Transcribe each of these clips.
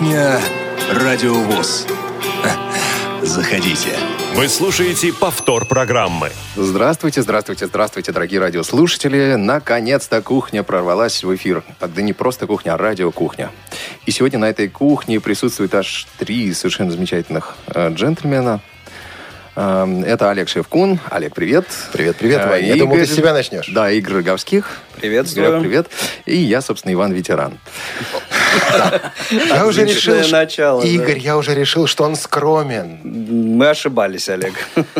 Кухня Радиовоз. Заходите. Вы слушаете повтор программы. Здравствуйте, дорогие радиослушатели. Наконец-то кухня прорвалась в эфир. Да не просто кухня, а радиокухня. И сегодня на этой кухне присутствует аж 3 совершенно замечательных джентльмена. Это Олег Шевкун. Олег, привет. Привет, Ваня. Я думал, ты с себя начнешь. Да, Игорь Роговских. Приветствую. Игорь, привет. И я, собственно, Иван Ветеран. Я уже решил, Игорь, я уже решил, что он скромен. Мы ошибались, Олег.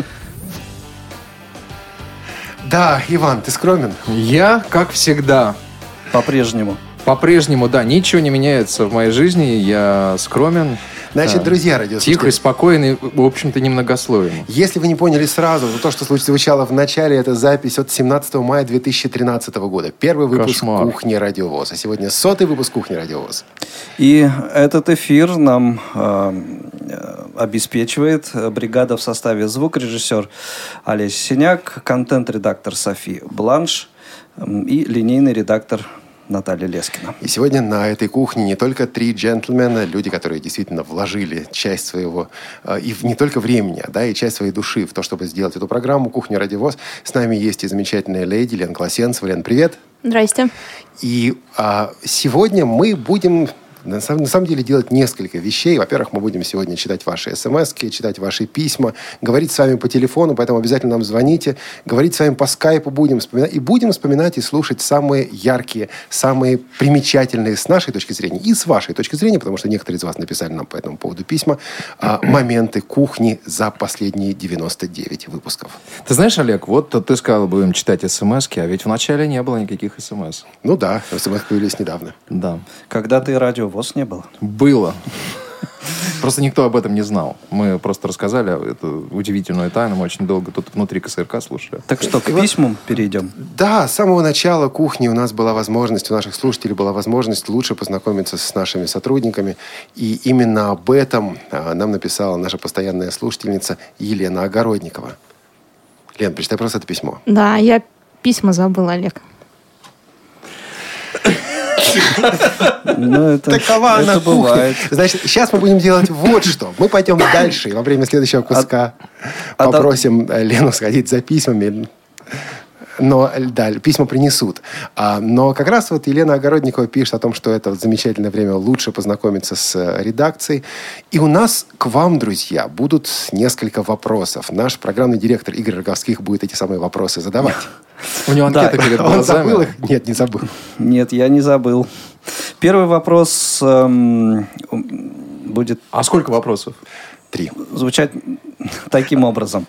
Да, Иван, ты скромен? Я, как всегда. По-прежнему. По-прежнему, да, ничего не меняется в моей жизни. Я скромен. Значит, друзья радиослушатели. Тихий, спокойный, в общем-то, немногословный. Если вы не поняли сразу, то, что звучало в начале, это запись от 17 мая 2013 года. Первый выпуск Кошмар. «Кухни Радиовоз». А сегодня 100-й выпуск «Кухни Радиовоз». И этот эфир нам обеспечивает бригада в составе звукорежиссер Олеся Синяк, контент-редактор Софи Бланш и линейный редактор Наталья Лескина. И сегодня на этой кухне не только 3 джентльмена, люди, которые действительно вложили часть своего, и не только времени, да, и часть своей души в то, чтобы сделать эту программу «Кухня Радиовоз». С нами есть и замечательная леди Лена Колосенцева. Лен, привет. Здрасте. И сегодня мы будем... На самом деле делать несколько вещей. Во-первых, мы будем сегодня читать ваши смски, читать ваши письма, говорить с вами по телефону, поэтому обязательно нам звоните. Говорить с вами по скайпу будем вспоминать. И будем вспоминать и слушать самые яркие, самые примечательные с нашей точки зрения и с вашей точки зрения, потому что некоторые из вас написали нам по этому поводу письма, моменты кухни за последние 99 выпусков. Ты знаешь, Олег, вот ты сказал, будем читать смски, а ведь вначале не было никаких смс. Ну да, смс появились недавно. Да. Когда-то и радиовоз не было. Было. Просто никто об этом не знал. Мы просто рассказали эту удивительную тайну. Мы очень долго тут внутри КСРК слушали. Так что, к письмам перейдем? Да, с самого начала кухни у нас была возможность, у наших слушателей была возможность лучше познакомиться с нашими сотрудниками. И именно об этом нам написала наша постоянная слушательница Елена Огородникова. Лен, прочитай просто это письмо. Да, я письма забыла, Олег. Ну, Такова она кухня. Значит, сейчас мы будем делать вот что. Мы пойдем дальше. И во время следующего куска попросим Лену сходить за письмами. Но, да, письма принесут. Но как раз вот Елена Огородникова пишет о том, что это замечательное время лучше познакомиться с редакцией. И у нас к вам, друзья, будут несколько вопросов. Наш программный директор Игорь Роговских будет эти самые вопросы задавать. У него анкета перед глазами. Он забыл их? Нет, не забыл. Нет, я не забыл. Первый вопрос будет... А сколько вопросов? 3. Звучать таким образом.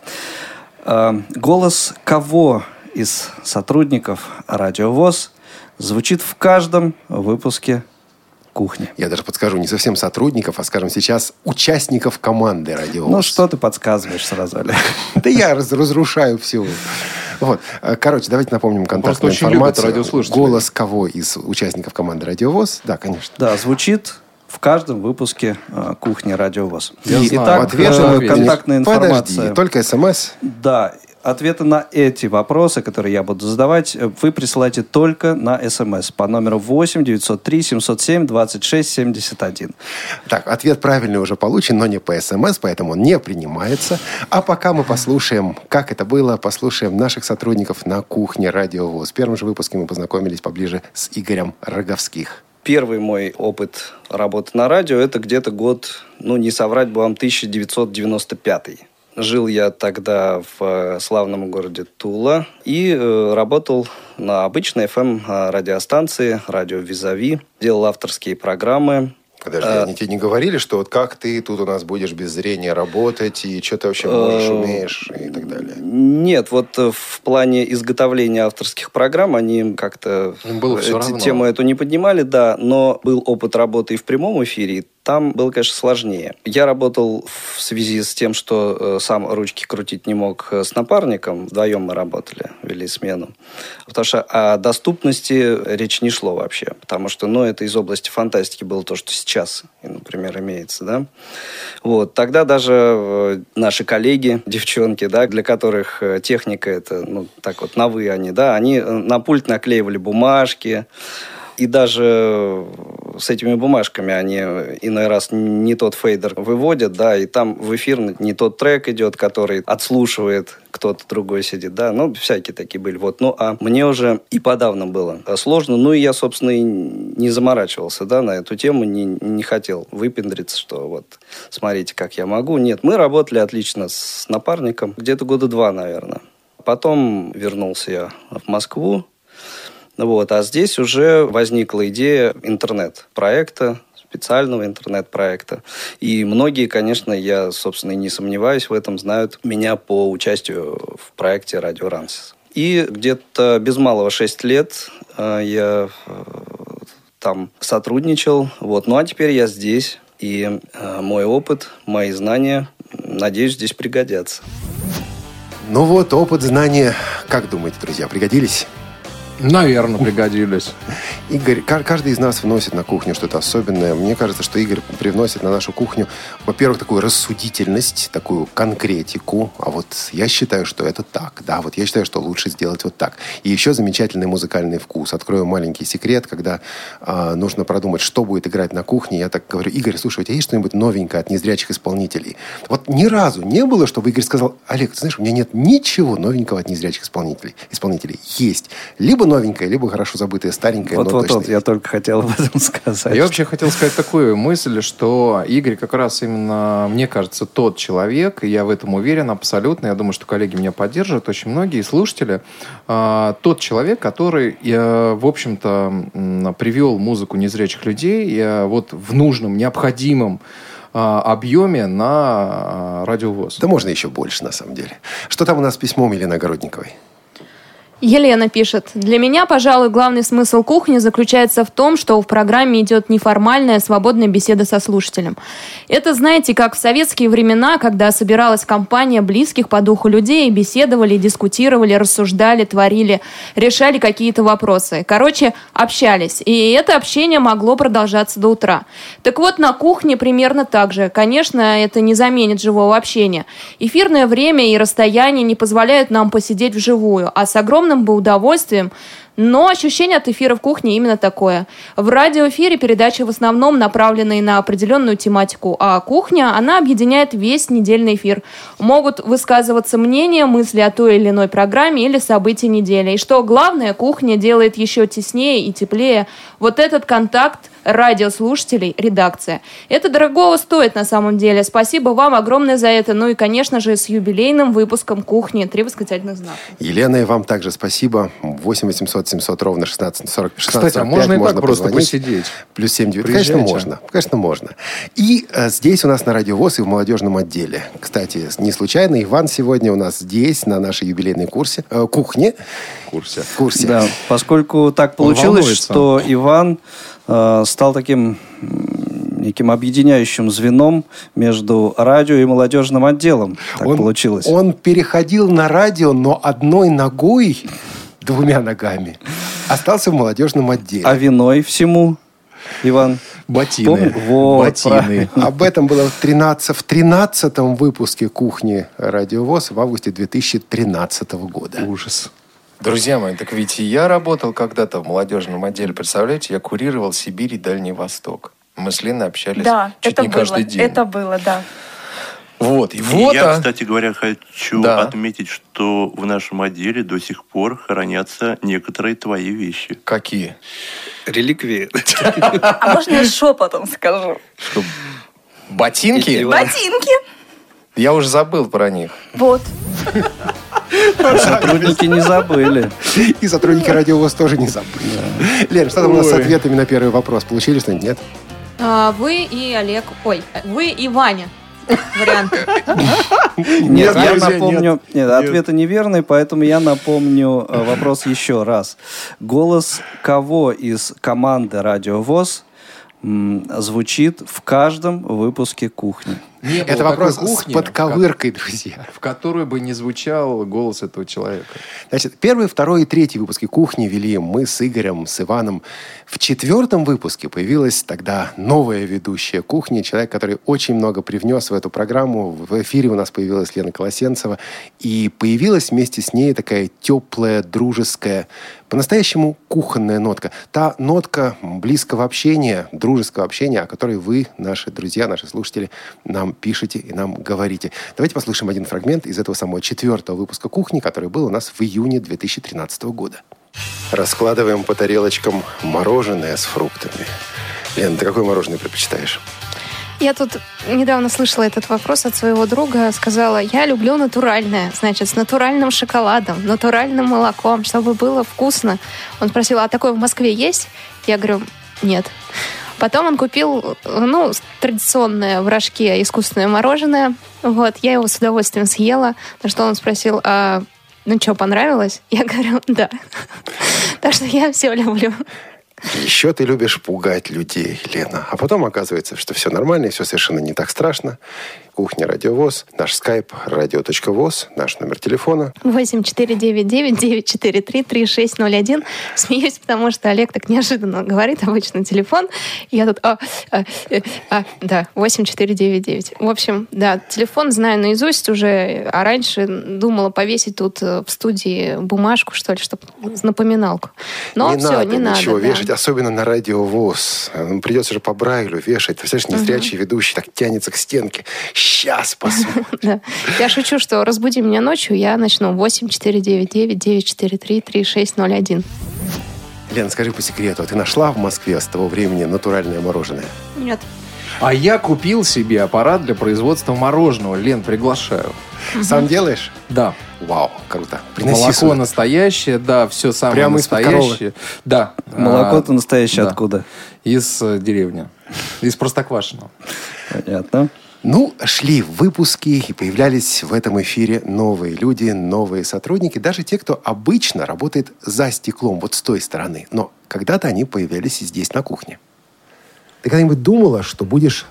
Голос кого из сотрудников «Радиовоз» звучит в каждом выпуске «Кухни»? Я даже подскажу, не совсем сотрудников, а, скажем, сейчас участников команды «Радиовоз». Ну, что ты подсказываешь сразу, Олег? Да я разрушаю всего. Вот. Короче, давайте напомним контактную информацию. Голос кого из участников команды «Радиовоз»? Да, конечно. Да, звучит в каждом выпуске «Кухни Радиовоз». Итак, контактная информация. Подожди, только СМС? Да, ответы на эти вопросы, которые я буду задавать, вы присылайте только на СМС по номеру 8 903 707 26 71. Так, ответ правильный уже получен, но не по СМС, поэтому он не принимается. А пока мы послушаем, как это было, послушаем наших сотрудников на кухне «Радиовоз». В первом же выпуске мы познакомились поближе с Игорем Роговских. Первый мой опыт работы на радио – это где-то год, не соврать бы вам, 1995. Жил я тогда в славном городе Тула и работал на обычной FM-радиостанции «Радио Визави». Делал авторские программы. Подожди, они тебе не говорили, что вот как ты тут у нас будешь без зрения работать, и что ты вообще можешь, умеешь, и так далее? Нет, вот в плане изготовления авторских программ они как-то тему эту не поднимали, да, но был опыт работы и в прямом эфире, там было, конечно, сложнее. Я работал в связи с тем, что сам ручки крутить не мог с напарником. Вдвоем мы работали, вели смену. Потому что о доступности речь не шло вообще. Потому что, это из области фантастики было то, что сейчас, например, имеется, да. Вот. Тогда даже наши коллеги, девчонки, да, для которых техника это, так вот, на «вы» они, да, они на пульт наклеивали бумажки. И даже с этими бумажками. Они иной раз не тот фейдер выводят, да, и там в эфир не тот трек идет, который отслушивает, кто-то другой сидит, да, ну, всякие такие были. Вот. Ну, а мне уже и подавно было сложно, ну, и я, собственно, и не заморачивался, да, на эту тему, не хотел выпендриться, что вот, смотрите, как я могу. Нет, мы работали отлично с напарником, где-то 2 года, наверное. Потом вернулся я в Москву, вот, а здесь уже возникла идея интернет-проекта, специального интернет-проекта. И многие, конечно, я, собственно, и не сомневаюсь в этом, знают меня по участию в проекте «Радио Рансис». И где-то без малого 6 лет я там сотрудничал. Вот. Ну, а теперь я здесь, и мой опыт, мои знания, надеюсь, здесь пригодятся. Ну вот, опыт, знания, как думаете, друзья, пригодились? Наверное, пригодились. Игорь, каждый из нас вносит на кухню что-то особенное. Мне кажется, что Игорь привносит на нашу кухню, во-первых, такую рассудительность, такую конкретику. А вот я считаю, что это так. Да, вот я считаю, что лучше сделать вот так. И еще замечательный музыкальный вкус. Открою маленький секрет, когда нужно продумать, что будет играть на кухне. Я так говорю: Игорь, слушай, у тебя есть что-нибудь новенькое от незрячих исполнителей? Вот ни разу не было, чтобы Игорь сказал: Олег, ты знаешь, у меня нет ничего новенького от незрячих исполнителей. Есть либо новенькое, либо хорошо забытое старенькое, но точно. Вот, я только хотел об этом сказать. Я вообще хотел сказать такую мысль, что Игорь как раз именно, мне кажется, тот человек, и я в этом уверен абсолютно, я думаю, что коллеги меня поддержат, очень многие слушатели, тот человек, который, в общем-то, привел музыку незрячих людей вот в нужном, необходимом объеме на Радио ВОС. Да можно еще больше, на самом деле. Что там у нас с письмом Елены Огородниковой? Елена пишет: «Для меня, пожалуй, главный смысл кухни заключается в том, что в программе идет неформальная, свободная беседа со слушателем. Это, знаете, как в советские времена, когда собиралась компания близких по духу людей, беседовали, дискутировали, рассуждали, творили, решали какие-то вопросы. Короче, общались. И это общение могло продолжаться до утра. Так вот, на кухне примерно так же. Конечно, это не заменит живого общения. Эфирное время и расстояние не позволяют нам посидеть вживую, а с огромным бы удовольствием, но ощущение от эфира в кухне именно такое. В радиоэфире передачи в основном направленные на определенную тематику, а кухня, она объединяет весь недельный эфир. Могут высказываться мнения, мысли о той или иной программе или событии недели. И что главное, кухня делает еще теснее и теплее вот этот контакт радиослушателей, редакция. Это дорогого стоит на самом деле. Спасибо вам огромное за это. Ну и, конечно же, с юбилейным выпуском «Кухни» 3 восклицательных знака. Елена, и вам также спасибо. 8 800 700 ровно 16 Кстати, а можно и так просто посидеть? Плюс 7 9. Конечно, можно. Конечно, можно. И здесь у нас на Радио ВОС и в молодежном отделе. Кстати, не случайно Иван сегодня у нас здесь, на нашей юбилейной кухне. Курсе. Да, поскольку так получилось, что Иван стал таким неким объединяющим звеном между радио и молодежным отделом. Так получилось. Он переходил на радио, но одной ногой, 2 ногами, остался в молодежном отделе. А виной всему, Иван? Ботины. Ботины. Об этом было в 13-м выпуске «Кухни» Радио ВОС в августе 2013 года. Ужас. Друзья мои, так ведь и я работал когда-то в молодежном отделе. Представляете, я курировал Сибирь и Дальний Восток. Мы с Леной общались чуть не каждый день. Это было, да. Вот. Я, кстати говоря, хочу отметить, что в нашем отделе до сих пор хранятся некоторые твои вещи. Какие? Реликвии. А можно я шепотом скажу? Что? Ботинки? Ботинки. Я уже забыл про них. Вот. Сотрудники не забыли. И сотрудники Радио ВОС тоже не забыли. Лен, что там у нас с ответами на первый вопрос? Получили что-нибудь? Нет? Вы и Олег... вы и Ваня. Варианты. Нет, я напомню... Нет, ответы неверные, поэтому я напомню вопрос еще раз. Голос кого из команды Радио ВОС звучит в каждом выпуске «Кухни»? Это вопрос с подковыркой, друзья. В которой бы не звучал голос этого человека. Значит, 1, 2 и 3 выпуски «Кухни» вели мы с Игорем, с Иваном. В 4 выпуске появилась тогда новая ведущая «Кухни», человек, который очень много привнес в эту программу. В эфире у нас появилась Лена Колосенцева. И появилась вместе с ней такая теплая, дружеская, по-настоящему кухонная нотка. Та нотка близкого общения, дружеского общения, о которой вы, наши друзья, наши слушатели, нам пишете и нам говорите. Давайте послушаем один фрагмент из этого самого 4 выпуска «Кухни», который был у нас в июне 2013 года. Раскладываем по тарелочкам мороженое с фруктами. Лена, ты какое мороженое предпочитаешь? Я тут недавно слышала этот вопрос от своего друга. Сказала, я люблю натуральное. Значит, с натуральным шоколадом, натуральным молоком, чтобы было вкусно. Он спросил, а такое в Москве есть? Я говорю, нет. Потом он купил, традиционное в рожке искусственное мороженое. Вот, я его с удовольствием съела. На что он спросил, что, понравилось? Я говорю, да. Так что я все люблю. Еще ты любишь пугать людей, Лена. А потом оказывается, что все нормально, и все совершенно не так страшно. Кухня Радио ВОС, наш скайп radio.voz, наш номер телефона. 8499-943-3601. Смеюсь, потому что Олег так неожиданно говорит обычно телефон. И я тут, 8499. В общем, да, телефон знаю наизусть уже, а раньше думала повесить тут в студии бумажку, что ли, чтобы напоминалку. Но все, не надо. Ничего вешать, особенно на Радио ВОС. Придется же по Брайлю вешать. Ты представляешь, незрячий ведущий так тянется к стенке. Сейчас посмотрим. Я шучу, что разбуди меня ночью, я начну 8499-943-3601. Лена, скажи по секрету, а ты нашла в Москве с того времени натуральное мороженое? Нет. А я купил себе аппарат для производства мороженого. Лен, приглашаю. Сам делаешь? Да. Вау, круто. Приноси молоко сюда. Настоящее, да, все самое прямо настоящее. Да. Молоко-то настоящее откуда? Из деревни. Из Простоквашино. Понятно. Шли выпуски, и появлялись в этом эфире новые люди, новые сотрудники, даже те, кто обычно работает за стеклом, вот с той стороны. Но когда-то они появлялись и здесь, на кухне. Ты когда-нибудь думала, что будешь...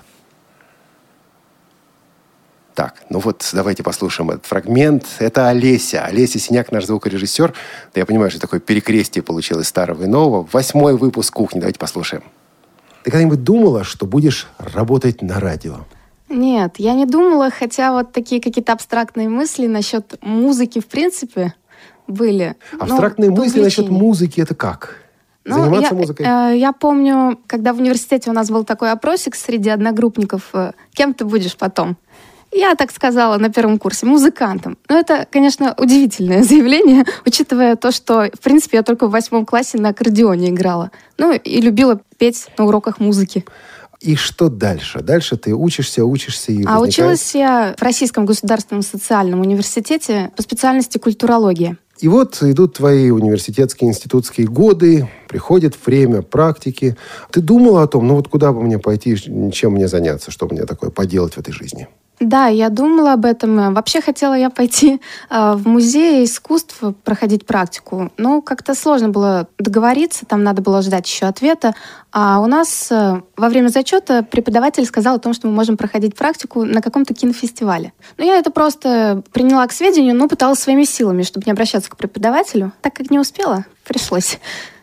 Так, давайте послушаем этот фрагмент. Это Олеся. Олеся Синяк, наш звукорежиссер. Да я понимаю, что такое перекрестие получилось старого и нового. 8 выпуск «Кухни». Давайте послушаем. Ты когда-нибудь думала, что будешь работать на радио? Нет, я не думала, хотя вот такие какие-то абстрактные мысли насчет музыки, в принципе, были. Абстрактные мысли насчет музыки – это как? Заниматься музыкой? Я помню, когда в университете у нас был такой опросик среди одногруппников, кем ты будешь потом? Я так сказала на первом курсе, музыкантом. Но это, конечно, удивительное заявление, учитывая то, что, в принципе, я только в 8 классе на аккордеоне играла. И любила петь на уроках музыки. И что дальше? Дальше ты учишься и возникает... Училась я в Российском государственном социальном университете по специальности культурология. И вот идут твои университетские, институтские годы, приходит время практики. Ты думала о том, куда бы мне пойти, чем мне заняться, что мне такое поделать в этой жизни? Да, я думала об этом. Вообще хотела я пойти в музей искусств проходить практику. Но как-то сложно было договориться, там надо было ждать еще ответа. А у нас во время зачета преподаватель сказал о том, что мы можем проходить практику на каком-то кинофестивале. Я это просто приняла к сведению, но пыталась своими силами, чтобы не обращаться к преподавателю. Так как не успела, пришлось.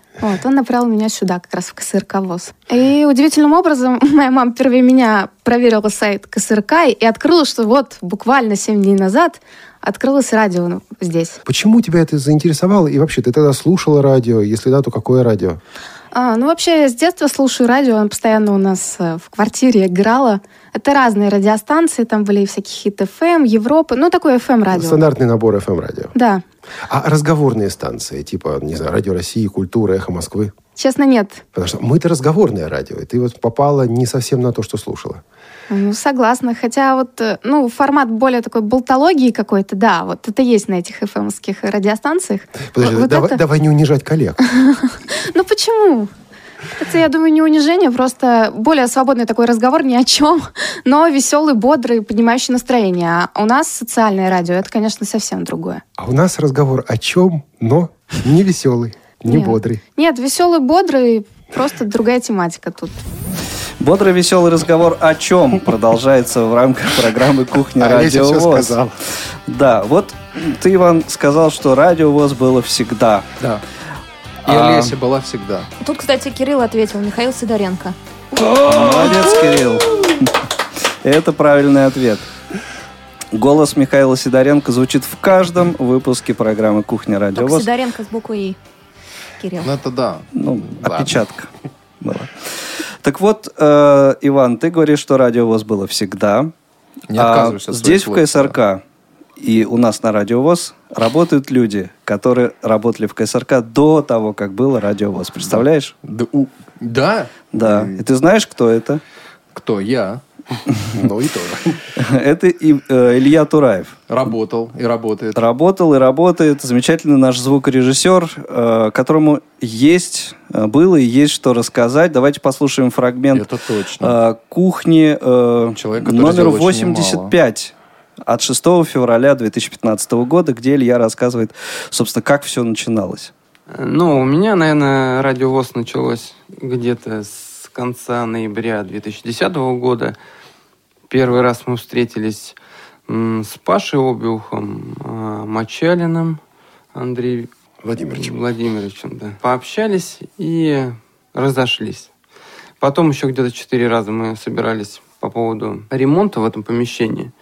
Он направил меня сюда, как раз в КСРК ВОС. И удивительным образом моя мама впервые меня проверила сайт КСРК и открыла, что буквально 7 дней назад открылось радио здесь. Почему тебя это заинтересовало? И вообще, ты тогда слушала радио? Если да, то какое радио? Вообще, я с детства слушаю радио. Оно постоянно у нас в квартире играло. Это разные радиостанции. Там были всякие хит ФМ, Европа. Такое ФМ-радио. Стандартный набор ФМ-радио. Да. А разговорные станции, типа, не знаю, Радио России, Культура, Эхо Москвы? Честно, нет. Потому что мы-то разговорное радио, и ты попала не совсем на то, что слушала. Согласна. Хотя формат более такой болтологии какой-то, да, это есть на этих FM-ских радиостанциях. Подожди, давай не унижать коллег. Почему? Это, я думаю, не унижение, просто более свободный такой разговор ни о чем, но веселый, бодрый, поднимающий настроение. А у нас социальное радио, это, конечно, совсем другое. А у нас разговор о чем, но не веселый, не бодрый. Нет, веселый, бодрый, просто другая тематика тут. Бодрый, веселый разговор о чем продолжается в рамках программы «Кухня Радио ВОС». Да, вот ты, Иван, сказал, что Радио ВОС было всегда. Да. И Олеся была всегда. Тут, кстати, Кирилл ответил, Михаил Сидоренко. Молодец, Кирилл. Это правильный ответ. Голос Михаила Сидоренко звучит в каждом выпуске программы «Кухня Радио ВОС». Сидоренко с буквой «И». Кирилл. Ну, это да. Опечатка была. Так вот, Иван, ты говоришь, что Радио ВОС было всегда. Не отказываешься от здесь, в КСРК, и у нас на Радио ВОС работают люди, которые работали в КСРК до того, как было Радио ВОС. Представляешь? Да? Да. И ты знаешь, кто это? Кто? Я. Ну и тоже. Это Илья Тураев. Работал и работает. Работал и работает. Замечательный наш звукорежиссер, которому было и есть что рассказать. Давайте послушаем фрагмент Это точно. «Кухни» Человек, номер 85 от 6 февраля 2015 года, где Илья рассказывает, собственно, как все начиналось. Ну, у меня, наверное, Радио ВОС началось где-то с конца ноября 2010 года. Первый раз мы встретились с Пашей Обиухом, Мочалиным Андреем Владимировичем. Да. Пообщались и разошлись. Потом еще где-то 4 раза мы собирались по поводу ремонта в этом помещении.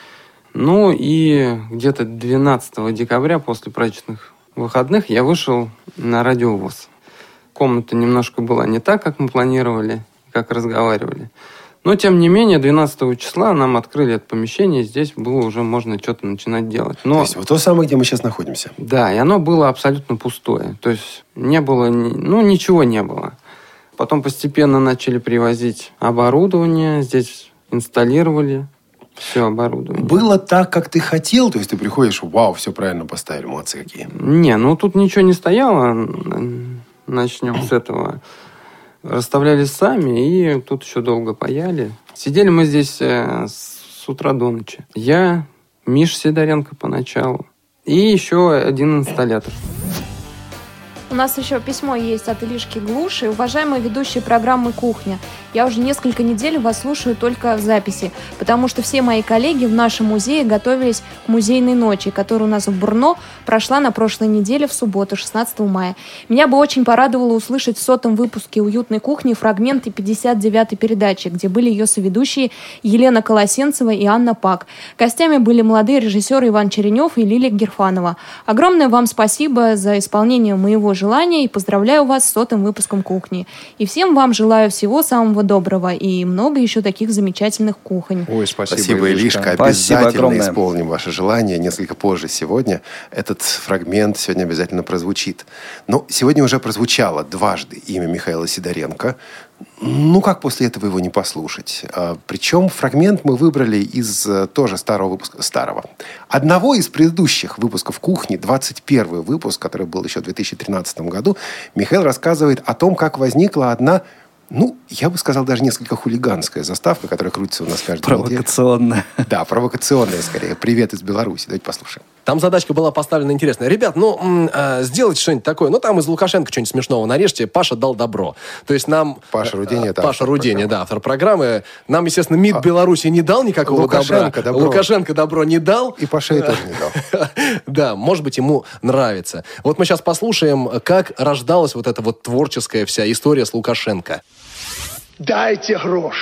Ну и где-то 12 декабря после праздничных выходных я вышел на Радио ВОС. Комната немножко была не так, как мы планировали, как разговаривали. Но, тем не менее, 12 числа нам открыли это помещение, и здесь было уже можно что-то начинать делать. То есть вот то самое, где мы сейчас находимся. Да, и оно было абсолютно пустое. То есть не было, ничего не было. Потом постепенно начали привозить оборудование, здесь инсталлировали все оборудование. Было так, как ты хотел? То есть ты приходишь, вау, все правильно поставили, молодцы какие. Не, тут ничего не стояло. Начнем с этого. Расставляли сами, и тут еще долго паяли. Сидели мы здесь с утра до ночи. Я, Миша Сидоренко поначалу, и еще один инсталлятор. У нас еще письмо есть от Илишки Глуши. Уважаемые ведущие программы «Кухня», я уже несколько недель вас слушаю только в записи, потому что все мои коллеги в нашем музее готовились к музейной ночи, которая у нас в Брно прошла на прошлой неделе в субботу, 16 мая. Меня бы очень порадовало услышать в 100-м выпуске «Уютной кухни» фрагменты 59-й передачи, где были ее соведущие Елена Колосенцева и Анна Пак. Гостями были молодые режиссеры Иван Черенев и Лилия Герфанова. Огромное вам спасибо за исполнение моего желания и поздравляю вас с 100-м выпуском «Кухни». И всем вам желаю всего самого доброго и много еще таких замечательных кухонь. Ой, спасибо, Илишка. Обязательно исполним ваше желание. Несколько позже сегодня этот фрагмент сегодня обязательно прозвучит. Но сегодня уже прозвучало дважды имя Михаила Сидоренко. Ну, как после этого его не послушать? Причем фрагмент мы выбрали из тоже старого выпуска. Одного из предыдущих выпусков «Кухни», 21 выпуск, который был еще в 2013 году, Михаил рассказывает о том, как возникла одна, я бы сказал, даже несколько хулиганская заставка, которая крутится у нас каждый день. Провокационная. Да, провокационная скорее. Привет из Беларуси. Давайте послушаем. Там задачка была поставлена интересная. Ребят, сделайте что-нибудь такое. Там из Лукашенко что-нибудь смешного нарежьте. Паша дал добро. То есть нам... Паша Рудени, автор программы. Нам, естественно, МИД Беларуси не дал никакого добра. Лукашенко добро не дал. И Паша тоже не дал. Да, может быть, ему нравится. Вот мы сейчас послушаем, как рождалась вот эта вот творческая вся история с Лукашенко. Дайте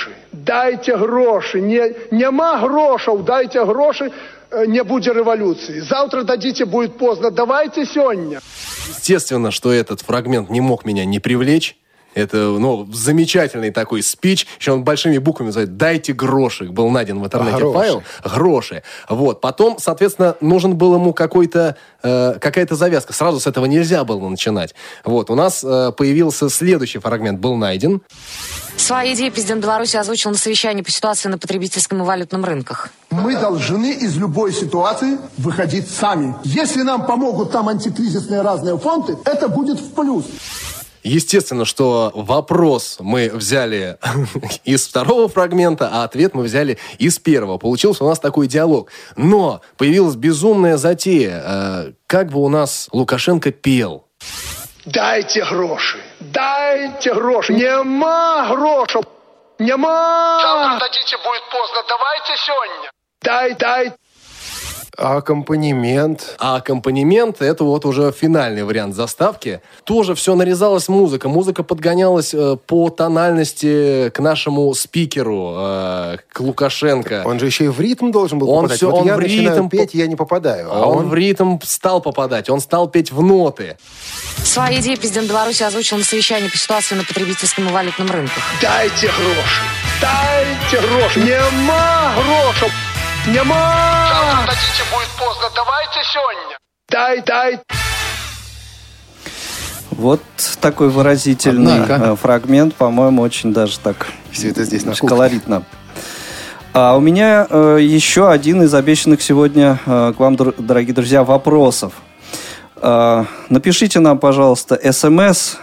гроши, нема грошаў, дайте гроши, не будет революции. Завтра дадите, будет поздно, давайте сегодня. Естественно, что этот фрагмент не мог меня не привлечь. Это, замечательный такой спич. Еще он большими буквами называет «Дайте гроши». Был найден в интернете файл. Гроши. Вот. Потом, соответственно, нужен был ему какая-то завязка. Сразу с этого нельзя было начинать. Вот. У нас появился следующий фрагмент. Был найден. Свои идеи президент Беларуси озвучил на совещании по ситуации на потребительском и валютном рынках. Мы должны из любой ситуации выходить сами. Если нам помогут там антикризисные разные фонды, это будет в плюс. Естественно, что вопрос мы взяли из второго фрагмента, а ответ мы взяли из первого. Получился у нас такой диалог. Но появилась безумная затея. Как бы у нас Лукашенко пел. Дайте гроши, нема грошей. Нема! Завтра дадите, будет поздно. Давайте сегодня. Дай. Аккомпанемент. А аккомпанемент — это вот уже финальный вариант заставки. Тоже все нарезалась музыка. Музыка подгонялась по тональности к нашему спикеру, к Лукашенко. Он же еще и в ритм должен был попадать. Вот я в начинаю ритм петь, я не попадаю. Он в ритм стал попадать. Он стал петь в ноты. Свои идеи президент Беларуси озвучил на совещании по ситуации на потребительском и валютном рынках. Дайте гроши. Нема грошей. Нема! Завтра дадите, будет поздно. Давайте сегодня. Дай. Вот такой выразительный фрагмент, по-моему, очень даже так все это здесь колоритно. А у меня еще один из обещанных сегодня к вам, дорогие друзья, вопросов. Напишите нам, пожалуйста, СМС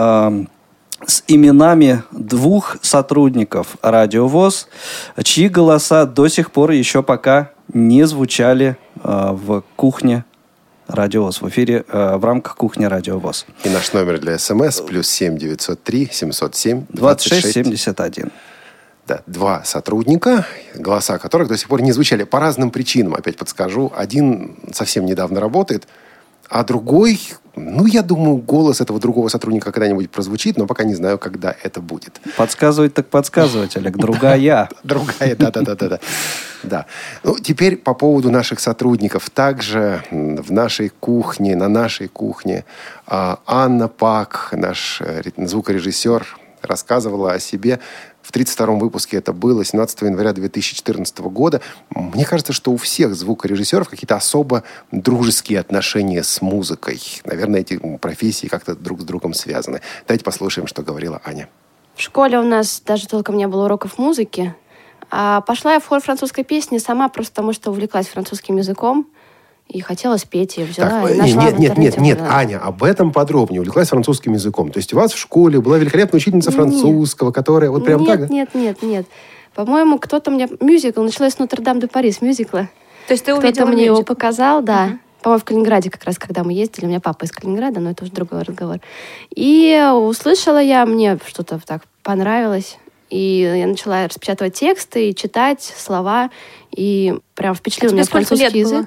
с именами 2 сотрудников Радио ВОС, чьи голоса до сих пор еще пока не звучали в кухне Радио ВОС, в эфире в рамках кухни Радио ВОС. И наш номер для СМС +7 903 707 26 71. Да, 2 сотрудника, голоса которых до сих пор не звучали по разным причинам. Опять подскажу. Один совсем недавно работает, а другой, я думаю, голос этого другого сотрудника когда-нибудь прозвучит, но пока не знаю, когда это будет. Подсказывать так подсказывать, Олег. Другая. Другая, да. Теперь по поводу наших сотрудников. Также в нашей кухне, на нашей кухне Анна Пак, наш звукорежиссер, рассказывала о себе. В 32-м выпуске это было, 17 января 2014 года. Мне кажется, что у всех звукорежиссеров какие-то особо дружеские отношения с музыкой. Наверное, эти профессии как-то друг с другом связаны. Давайте послушаем, что говорила Аня. В школе у нас даже толком не было уроков музыки. А пошла я в хор французской песни сама просто потому, что увлеклась французским языком. И хотела спеть, ее взяла и нашла в интернете. Нет, Аня, об этом подробнее. Увлеклась французским языком. То есть у вас в школе была великолепная учительница французского, которая вот прям так... Нет. По-моему, кто-то мне... Мюзикл, началось с Нотр-Дам-де-Пари, с мюзикла. То есть ты увидела кто-то мне мюзикл? его показал, да. По-моему, в Калининграде как раз, когда мы ездили. У меня папа из Калининграда, но это уже другой разговор. И услышала я, мне что-то так понравилось. И я начала распечатывать тексты и читать слова. И прям впечатлил меня французский язык.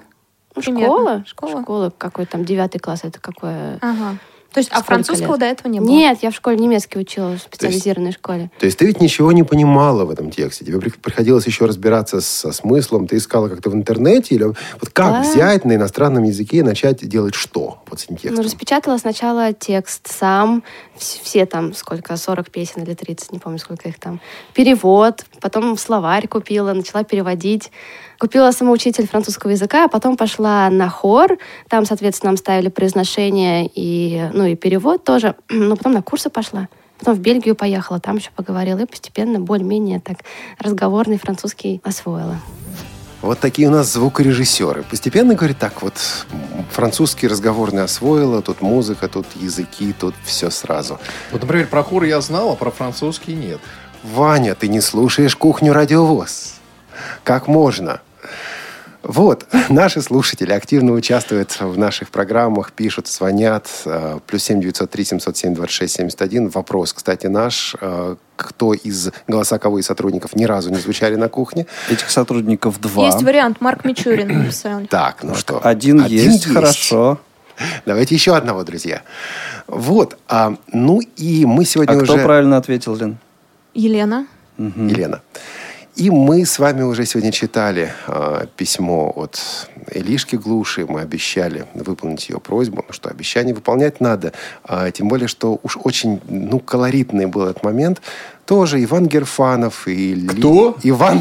Школа, какой там 9 класс, это какое... Ага. То есть, французского лет? До этого не было? Нет, я в школе немецкий учила, в специализированной школе. То есть ты ведь ничего не понимала в этом тексте? Тебе приходилось еще разбираться со смыслом? Ты искала как-то в интернете? Или вот как взять на иностранном языке и начать делать что вот с этим текстом? Распечатала сначала текст сам, все там, 40 песен или 30, не помню, сколько их там. Перевод, потом словарь купила, начала переводить. Купила самоучитель французского языка, а потом пошла на хор. Там, соответственно, нам ставили произношение и перевод тоже. Но потом на курсы пошла. Потом в Бельгию поехала, там еще поговорила. И постепенно более-менее так разговорный французский освоила. Вот такие у нас звукорежиссеры. Постепенно, говорит, так вот, французский разговорный освоила, тут музыка, тут языки, тут все сразу. Вот, например, про хор я знал, а про французский нет. Ваня, ты не слушаешь кухню Радио ВОС. Как можно? Вот, наши слушатели активно участвуют в наших программах, пишут, звонят. +7 903 707 26 71. Вопрос, кстати, наш. Кто из голоса кого из сотрудников ни разу не звучали на кухне? Этих сотрудников 2. Есть вариант. Марк Мичурин написал. Так, ну что? Один есть, хорошо. Давайте еще одного, друзья. Вот. И мы сегодня уже... кто правильно ответил, Лен? Елена. Елена. И мы с вами уже сегодня читали письмо от Элишки Глуши. Мы обещали выполнить ее просьбу. Что обещание выполнять надо. Тем более, что уж очень колоритный был этот момент. Тоже Иван Герфанов и... Кто? Иван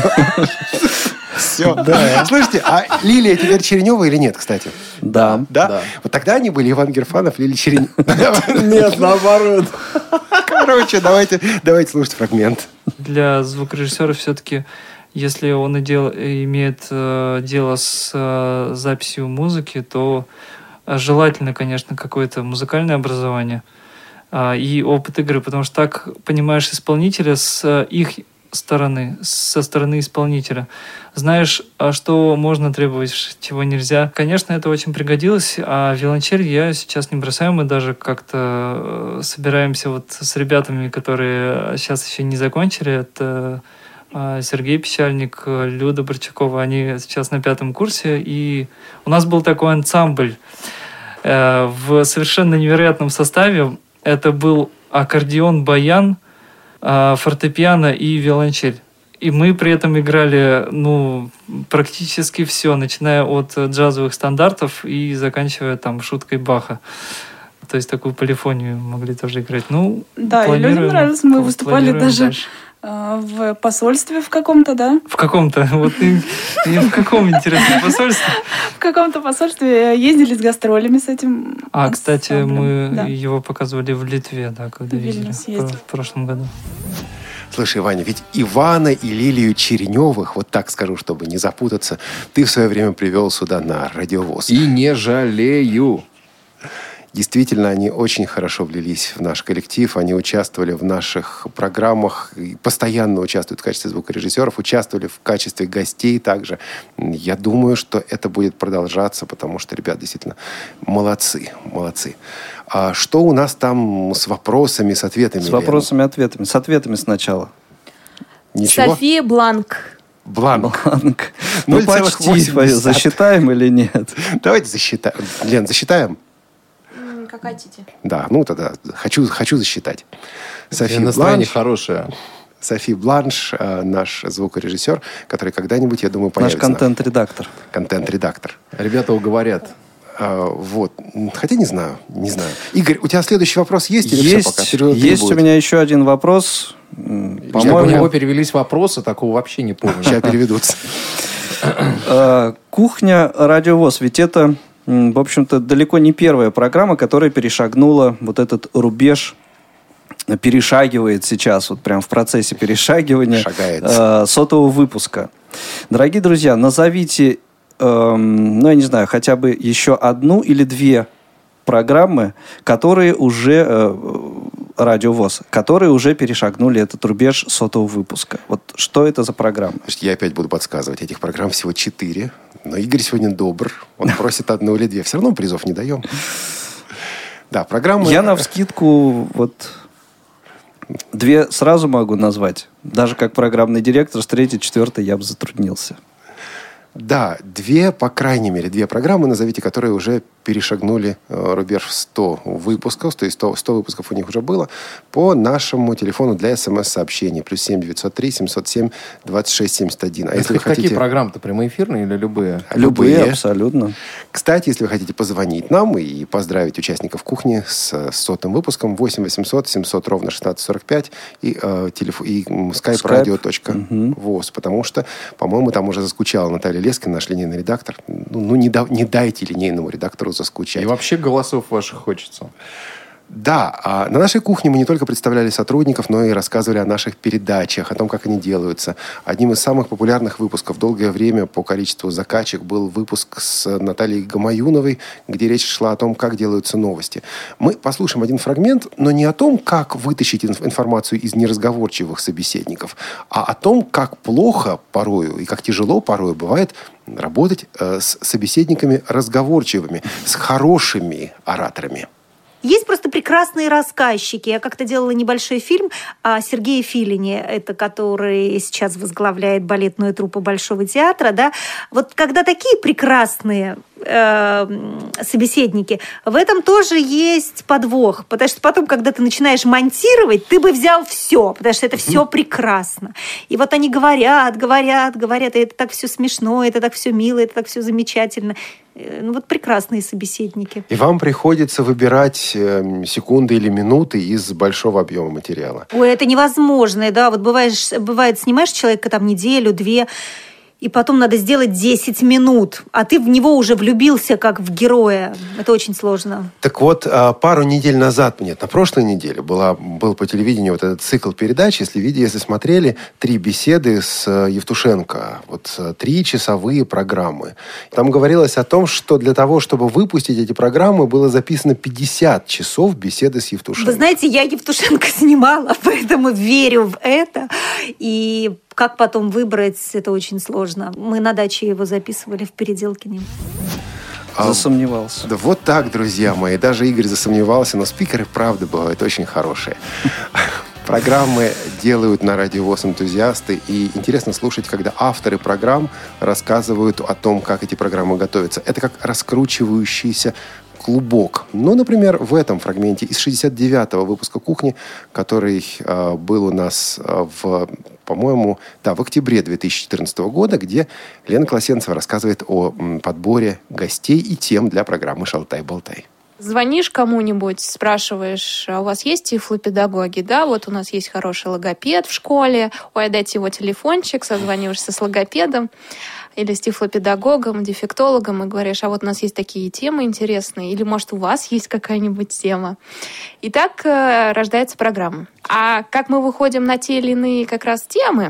Все. Да. Слушайте, а Лилия теперь Черенева или нет, кстати? Да. Вот тогда они были Иван Герфанов, Лилия Черенева. Нет, наоборот. Короче, давайте слушать фрагмент. Для звукорежиссера все-таки, если он имеет дело с записью музыки, то желательно, конечно, какое-то музыкальное образование и опыт игры, потому что так понимаешь исполнителя с их стороны, со стороны исполнителя. Знаешь, а что можно требовать, чего нельзя. Конечно, это очень пригодилось, а виолончель я сейчас не бросаю. Мы даже как-то собираемся вот с ребятами, которые сейчас еще не закончили. Это Сергей Печальник, Люда Борчакова. Они сейчас на 5 курсе. И у нас был такой ансамбль в совершенно невероятном составе. Это был аккордеон, баян, фортепиано и виолончель. И мы при этом играли, практически все, начиная от джазовых стандартов и заканчивая там шуткой Баха. То есть такую полифонию могли тоже играть. Да, и людям нравилось. Мы выступали даже дальше. В посольстве в каком-то, да? В каком-то? Вот и в каком, интересном посольстве? В каком-то посольстве ездили с гастролями с этим. Кстати, мы его показывали в Литве, да, когда ездили в прошлом году. Слушай, Ваня, ведь Ивана и Лилию Череневых, вот так скажу, чтобы не запутаться, ты в свое время привел сюда на радиовоз. И не жалею. Действительно, они очень хорошо влились в наш коллектив, они участвовали в наших программах, постоянно участвуют в качестве звукорежиссеров, участвовали в качестве гостей также. Я думаю, что это будет продолжаться, потому что ребята действительно молодцы. А что у нас там с вопросами, с ответами? С вопросами, ответами. С ответами сначала. Ничего? София Бланк. Почти. Засчитаем или нет? Давайте засчитаем. Лен, засчитаем? Как хотите. Да, тогда хочу засчитать. София Бланш хорошая. Софи Бланш, наш звукорежиссер, который когда-нибудь, я думаю, появится. Наш контент-редактор. Контент-редактор. Ребята уговорят. Вот. Хотя не знаю. Игорь, у тебя следующий вопрос есть? Или все пока? Есть у меня еще один вопрос. По-моему, у него перевелись вопросы, такого вообще не помню. Сейчас переведутся. Кухня Радиовоз. Ведь это, в общем-то, далеко не первая программа, которая перешагнула вот этот рубеж, перешагивает сейчас, вот прям в процессе перешагивания 100-го выпуска. Дорогие друзья, назовите, я не знаю, хотя бы еще одну или две программы, которые уже радиовоз, которые уже перешагнули этот рубеж 100-го выпуска. Вот что это за программа? Я опять буду подсказывать. Этих программ всего 4. Но Игорь сегодня добр. Он просит одну или две. Все равно призов не даем. Да, программа... Я навскидку две сразу могу назвать. Даже как программный директор с 3-й, 4-й я бы затруднился. Да, две, по крайней мере, две программы назовите, которые уже перешагнули рубеж в 100 выпусков, то есть 100 выпусков у них уже было, по нашему телефону для СМС-сообщений. +7 903 707 26 71. А если вы хотите... Какие программы-то, прямоэфирные или любые? Любые, абсолютно. Кстати, если вы хотите позвонить нам и поздравить участников кухни с 100-м выпуском, 8 800 700 ровно 1645 и skype-radio.voz, потому что, по-моему, там уже заскучала Наталья Лескина, наш линейный редактор. Не дайте линейному редактору заскучать. И вообще голосов ваших хочется. Да, на нашей кухне мы не только представляли сотрудников, но и рассказывали о наших передачах, о том, как они делаются. Одним из самых популярных выпусков долгое время по количеству закачек был выпуск с Натальей Гамаюновой, где речь шла о том, как делаются новости. Мы послушаем один фрагмент, но не о том, как вытащить информацию из неразговорчивых собеседников, а о том, как плохо порою и как тяжело порою бывает работать с собеседниками разговорчивыми, с хорошими ораторами. Есть просто прекрасные рассказчики. Я как-то делала небольшой фильм о Сергее Филине, это который сейчас возглавляет балетную труппу Большого театра. Да? Вот когда такие прекрасные собеседники, в этом тоже есть подвох. Потому что потом, когда ты начинаешь монтировать, ты бы взял все, потому что это все прекрасно. И вот они говорят, и это так все смешно, это так все мило, это так все замечательно. Вот прекрасные собеседники. И вам приходится выбирать секунды или минуты из большого объема материала. Ой, это невозможно, да. Вот бывает, снимаешь человека там неделю, две, и потом надо сделать 10 минут, а ты в него уже влюбился как в героя. Это очень сложно. Так вот, пару недель назад, на прошлой неделе был по телевидению вот этот цикл передач, если смотрели, 3 беседы с Евтушенко, 3-часовые программы. Там говорилось о том, что для того, чтобы выпустить эти программы, было записано 50 часов беседы с Евтушенко. Вы знаете, я Евтушенко снимала, поэтому верю в это. И как потом выбрать, это очень сложно. Мы на даче его записывали в Переделкине. Засомневался. Да вот так, друзья мои. Даже Игорь засомневался, но спикеры, правда, бывают очень хорошие. Программы делают на Радио ВОС энтузиасты, и интересно слушать, когда авторы программ рассказывают о том, как эти программы готовятся. Это как раскручивающийся клубок. Например, в этом фрагменте из 69-го выпуска «Кухни», который был у нас в октябре 2014 года, где Лена Колосенцева рассказывает о подборе гостей и тем для программы «Шалтай-болтай». Звонишь кому-нибудь, спрашиваешь, а у вас есть тифлопедагоги? Да, вот у нас есть хороший логопед в школе. Ой, дайте его телефончик, созваниваешься с логопедом или с тифлопедагогом, дефектологом, и говоришь, а вот у нас есть такие темы интересные, или, может, у вас есть какая-нибудь тема. И так рождается программа. А как мы выходим на те или иные как раз темы,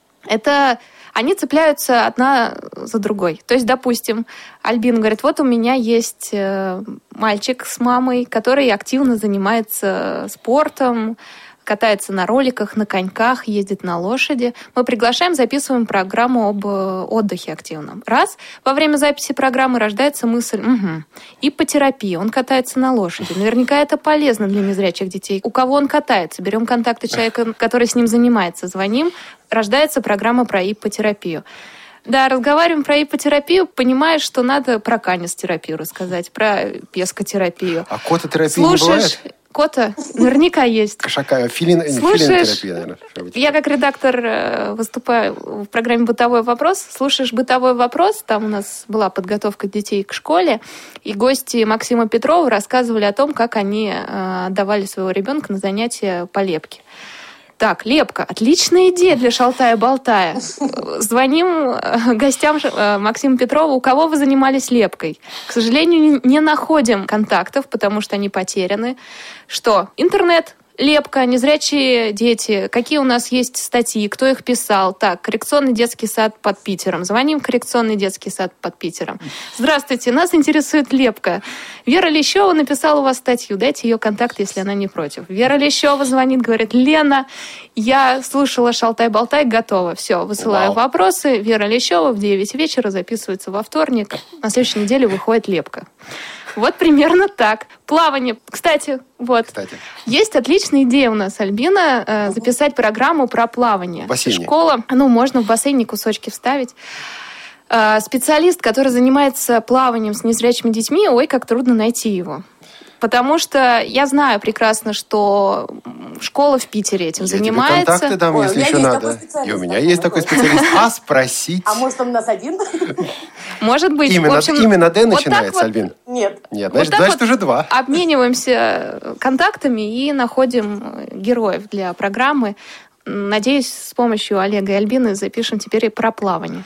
это они цепляются одна за другой. То есть, допустим, Альбина говорит, вот у меня есть мальчик с мамой, который активно занимается спортом, катается на роликах, на коньках, ездит на лошади. Мы приглашаем, записываем программу об отдыхе активном. Раз, во время записи программы рождается мысль, иппотерапия, он катается на лошади. Наверняка это полезно для незрячих детей. У кого он катается? Берем контакты человека, который с ним занимается, звоним, рождается программа про иппотерапию. Да, разговариваем про иппотерапию, понимаешь, что надо про канистерапию рассказать, про пескотерапию. А кототерапия не бывает? Кота наверняка есть. Филинотерапия, наверное. Я как редактор выступаю в программе «Бытовой вопрос». Слушаешь «Бытовой вопрос», там у нас была подготовка детей к школе, и гости Максима Петрова рассказывали о том, как они отдавали своего ребенка на занятия по лепке. Так, лепка. Отличная идея для шалтая-болтая. Звоним гостям Максима Петрова. У кого вы занимались лепкой? К сожалению, не находим контактов, потому что они потеряны. Что? Интернет. Лепка, незрячие дети, какие у нас есть статьи, кто их писал. Так, коррекционный детский сад под Питером. Звоним в коррекционный детский сад под Питером. Здравствуйте, нас интересует лепка. Вера Лещева написала у вас статью, дайте ее контакт, если она не против. Вера Лещева звонит, говорит, Лена, я слушала «Шалтай-болтай», готова. Все, высылаю вопросы. Вера Лещева в 9 вечера записывается во вторник. На следующей неделе выходит лепка. Вот примерно так. Плавание. Кстати, есть отличная идея у нас, Альбина, записать программу про плавание. В бассейне. Школа. Можно в бассейне кусочки вставить. Специалист, который занимается плаванием с незрячими детьми, как трудно найти его. Потому что я знаю прекрасно, что школа в Питере этим занимается. Я тебе контакты дам, если еще надо. И у меня есть такой специалист. А спросить? А может, он у нас один? Может быть. Именно Д начинается, Альбин? Нет. Значит, уже 2. Обмениваемся контактами и находим героев для программы. Надеюсь, с помощью Олега и Альбины запишем теперь и про плавание.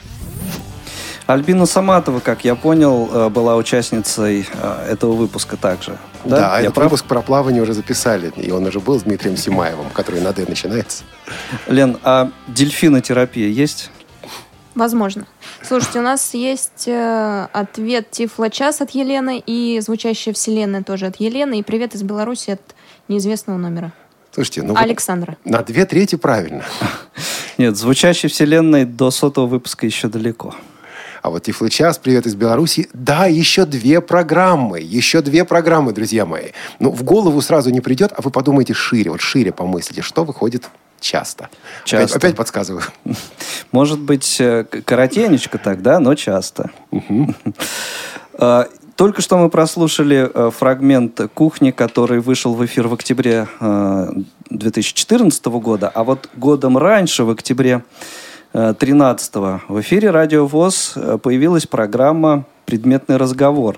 Альбина Саматова, как я понял, была участницей этого выпуска также. Да, этот выпуск про плавание уже записали. И он уже был с Дмитрием Симаевым, который на «Д» начинается. Лен, а дельфинотерапия есть? Возможно. Слушайте, у нас есть ответ Тифло-час от Елены и звучащая вселенная тоже от Елены. И привет из Беларуси от неизвестного номера. Слушайте, Александра. На 2/3 правильно. Нет, звучащей вселенной до 100-го выпуска еще далеко. А вот Тифло-час, привет из Беларуси. Да, еще 2 программы. Еще 2 программы, друзья мои. В голову сразу не придет, а вы подумайте шире. Шире помыслите, что выходит часто. Опять подсказываю. Может быть, коротенечко тогда, но часто. Только что мы прослушали фрагмент «Кухни», который вышел в эфир в октябре 2014 года. А вот годом раньше, в октябре 13-го, в эфире Радио ВОС появилась программа «Предметный разговор».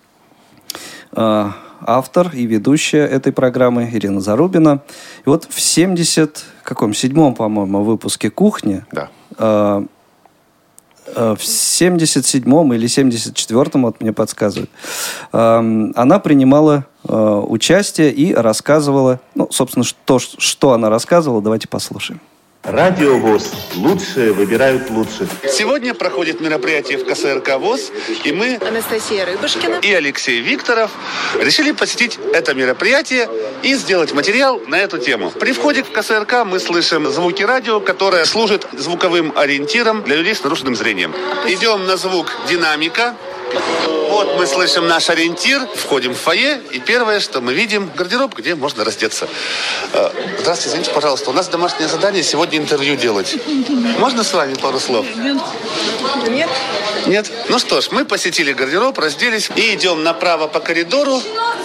Автор и ведущая этой программы Ирина Зарубина. И вот в 77-м, по-моему, выпуске «Кухни» В 77-м или 74-м, вот мне подсказывают, она принимала участие и рассказывала, ну, собственно, что она рассказывала, давайте послушаем. Радио ВОС. Лучшие выбирают лучших. Сегодня проходит мероприятие в КСРК ВОС, и мы, Анастасия Рыбушкина и Алексей Викторов, решили посетить это мероприятие и сделать материал на эту тему. При входе в КСРК мы слышим звуки радио, которое служит звуковым ориентиром для людей с нарушенным зрением. Идем на звук динамика. Вот мы слышим наш ориентир, входим в фойе, и первое, что мы видим, гардероб, где можно раздеться. Здравствуйте, извините, пожалуйста, у нас домашнее задание сегодня интервью делать. Можно с вами пару слов? Нет. Нет? Ну что ж, мы посетили гардероб, разделись и идем направо по коридору.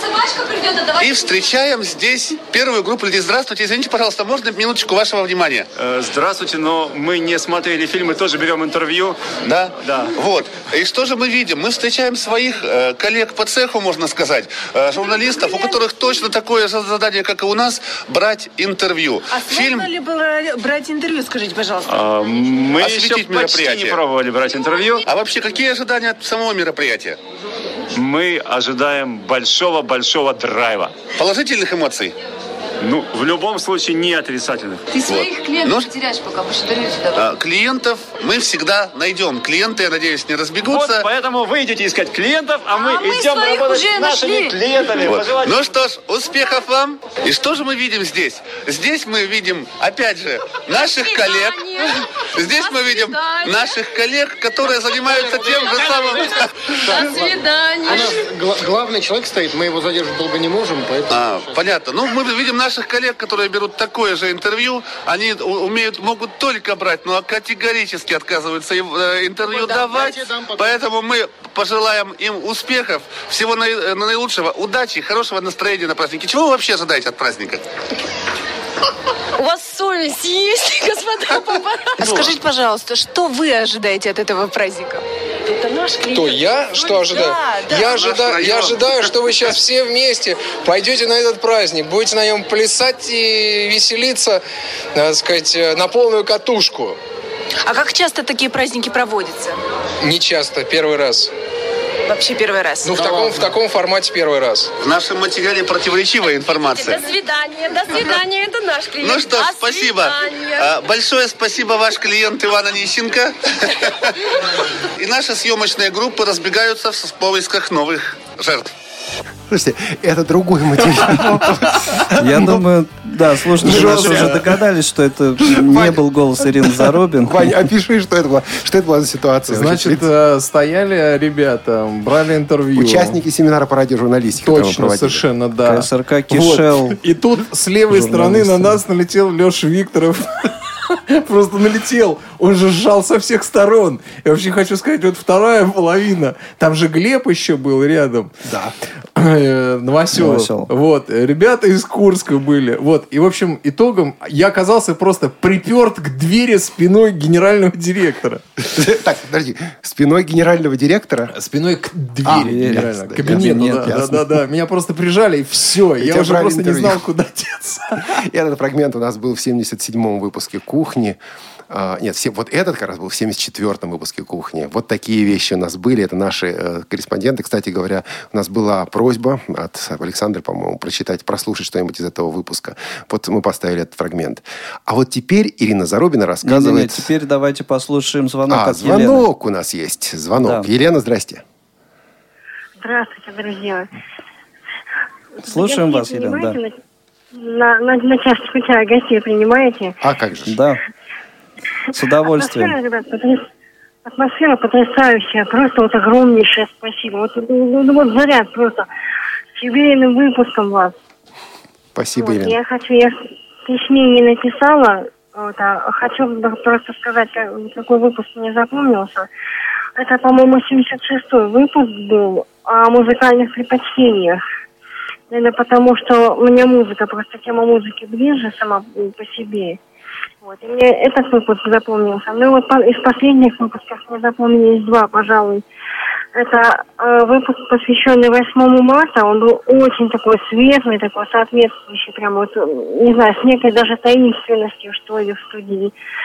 И встречаем здесь первую группу людей. Здравствуйте, извините, пожалуйста, можно минуточку вашего внимания? Здравствуйте, но мы не смотрели фильмы, тоже берем интервью. Да? Да. Вот. И что же мы видим? Мы встречаем своих коллег по цеху, можно сказать, журналистов, у которых точно такое же задание, как и у нас, брать интервью. А сложно ли было брать интервью, скажите, пожалуйста? Мы еще почти не пробовали брать интервью. А вообще, какие ожидания от самого мероприятия? Мы ожидаем большого драйва. Положительных эмоций? Ну, в любом случае, не отрицательных. Ты своих клиентов потеряешь, пока будешь интервью сюда. Клиентов мы всегда найдем. Клиенты, я надеюсь, не разбегутся. Вот, поэтому вы идете искать клиентов, а мы идем работать с нашими клиентами. Вот. Ну что ж, успехов вам. И что же мы видим здесь? Здесь мы видим, опять же, наших коллег. Здесь мы видим наших коллег, которые занимаются тем же самым. До свидания. Главный человек стоит, мы его задержать долго не можем, поэтому... Понятно. Ну, мы видим наших коллег, которые берут такое же интервью. Они могут только брать, но категорически отказываются интервью давать. Поэтому мы пожелаем им успехов, всего наилучшего, удачи, хорошего настроения на празднике. Чего вы вообще ожидаете от праздника? У вас совесть есть, господа папарацци? Скажите, пожалуйста, что вы ожидаете от этого праздника? Это наш клиент. Кто, я? Что ожидаю? Да. Я ожидаю, что вы сейчас все вместе пойдете на этот праздник, будете на нем плясать и веселиться, так сказать, на полную катушку. А как часто такие праздники проводятся? Не часто, первый раз. Вообще первый раз. Ну, в таком формате первый раз. В нашем материале противоречивая информация. До свидания, это наш клиент. Ну что ж, спасибо. Большое спасибо, ваш клиент Иван Онищенко. И наши съемочные группы разбегаются в поисках новых жертв. Слушайте, это другой материал. Я думаю, да, слушатели наши уже догадались, что это не был голос Ирины Зарубин. Ваня, опиши, что это была за ситуация. Значит, стояли ребята, брали интервью. Участники семинара по радиожурналистике. Точно, совершенно, да. КСРК кишел. Вот. И тут с левой стороны на нас налетел Леша Викторов. Просто налетел. Он же сжал со всех сторон. Я вообще хочу сказать, вот вторая половина. Там же Глеб еще был рядом. Да. Новоселов. Вот. Ребята из Курска были. Вот. И, в общем, итогом я оказался просто приперт к двери спиной генерального директора. Так, подожди. Спиной генерального директора? Спиной к двери генерального. К кабинету. Да. Меня просто прижали, и все. Я уже просто не знал, куда деться. Этот фрагмент у нас был в 77-м выпуске «Кухни». Нет, вот этот как раз был в 74-м выпуске «Кухни». Вот такие вещи у нас были. Это наши корреспонденты. Кстати говоря, у нас была просьба от Александра, по-моему, прослушать что-нибудь из этого выпуска. Вот мы поставили этот фрагмент. А вот теперь Ирина Зарубина рассказывает... Теперь давайте послушаем звонок от Елены. Звонок у нас есть. Звонок. Да. Елена, здрасте. Здравствуйте, друзья. Слушаем вас, Елена. Да. На чашечку чая гостей принимаете? А как же? Да. С удовольствием. Атмосфера потрясающая. Просто вот огромнейшее спасибо. Вот заряд просто. С юбилейным выпуском вас. Спасибо, вот, Елена. я в письме не написала. Вот, хочу просто сказать, какой выпуск мне запомнился. Это, по-моему, 76-й выпуск был о музыкальных предпочтениях. Наверное, потому что мне музыка, просто тема музыки ближе сама по себе. Вот. И мне этот выпуск запомнился. Ну вот из последних выпусков мне запомнились два, пожалуй. Это выпуск, посвященный 8 марта. Он был очень такой светлый, такой соответствующий, прям вот, не знаю, с некой даже таинственностью, что ли, в студии.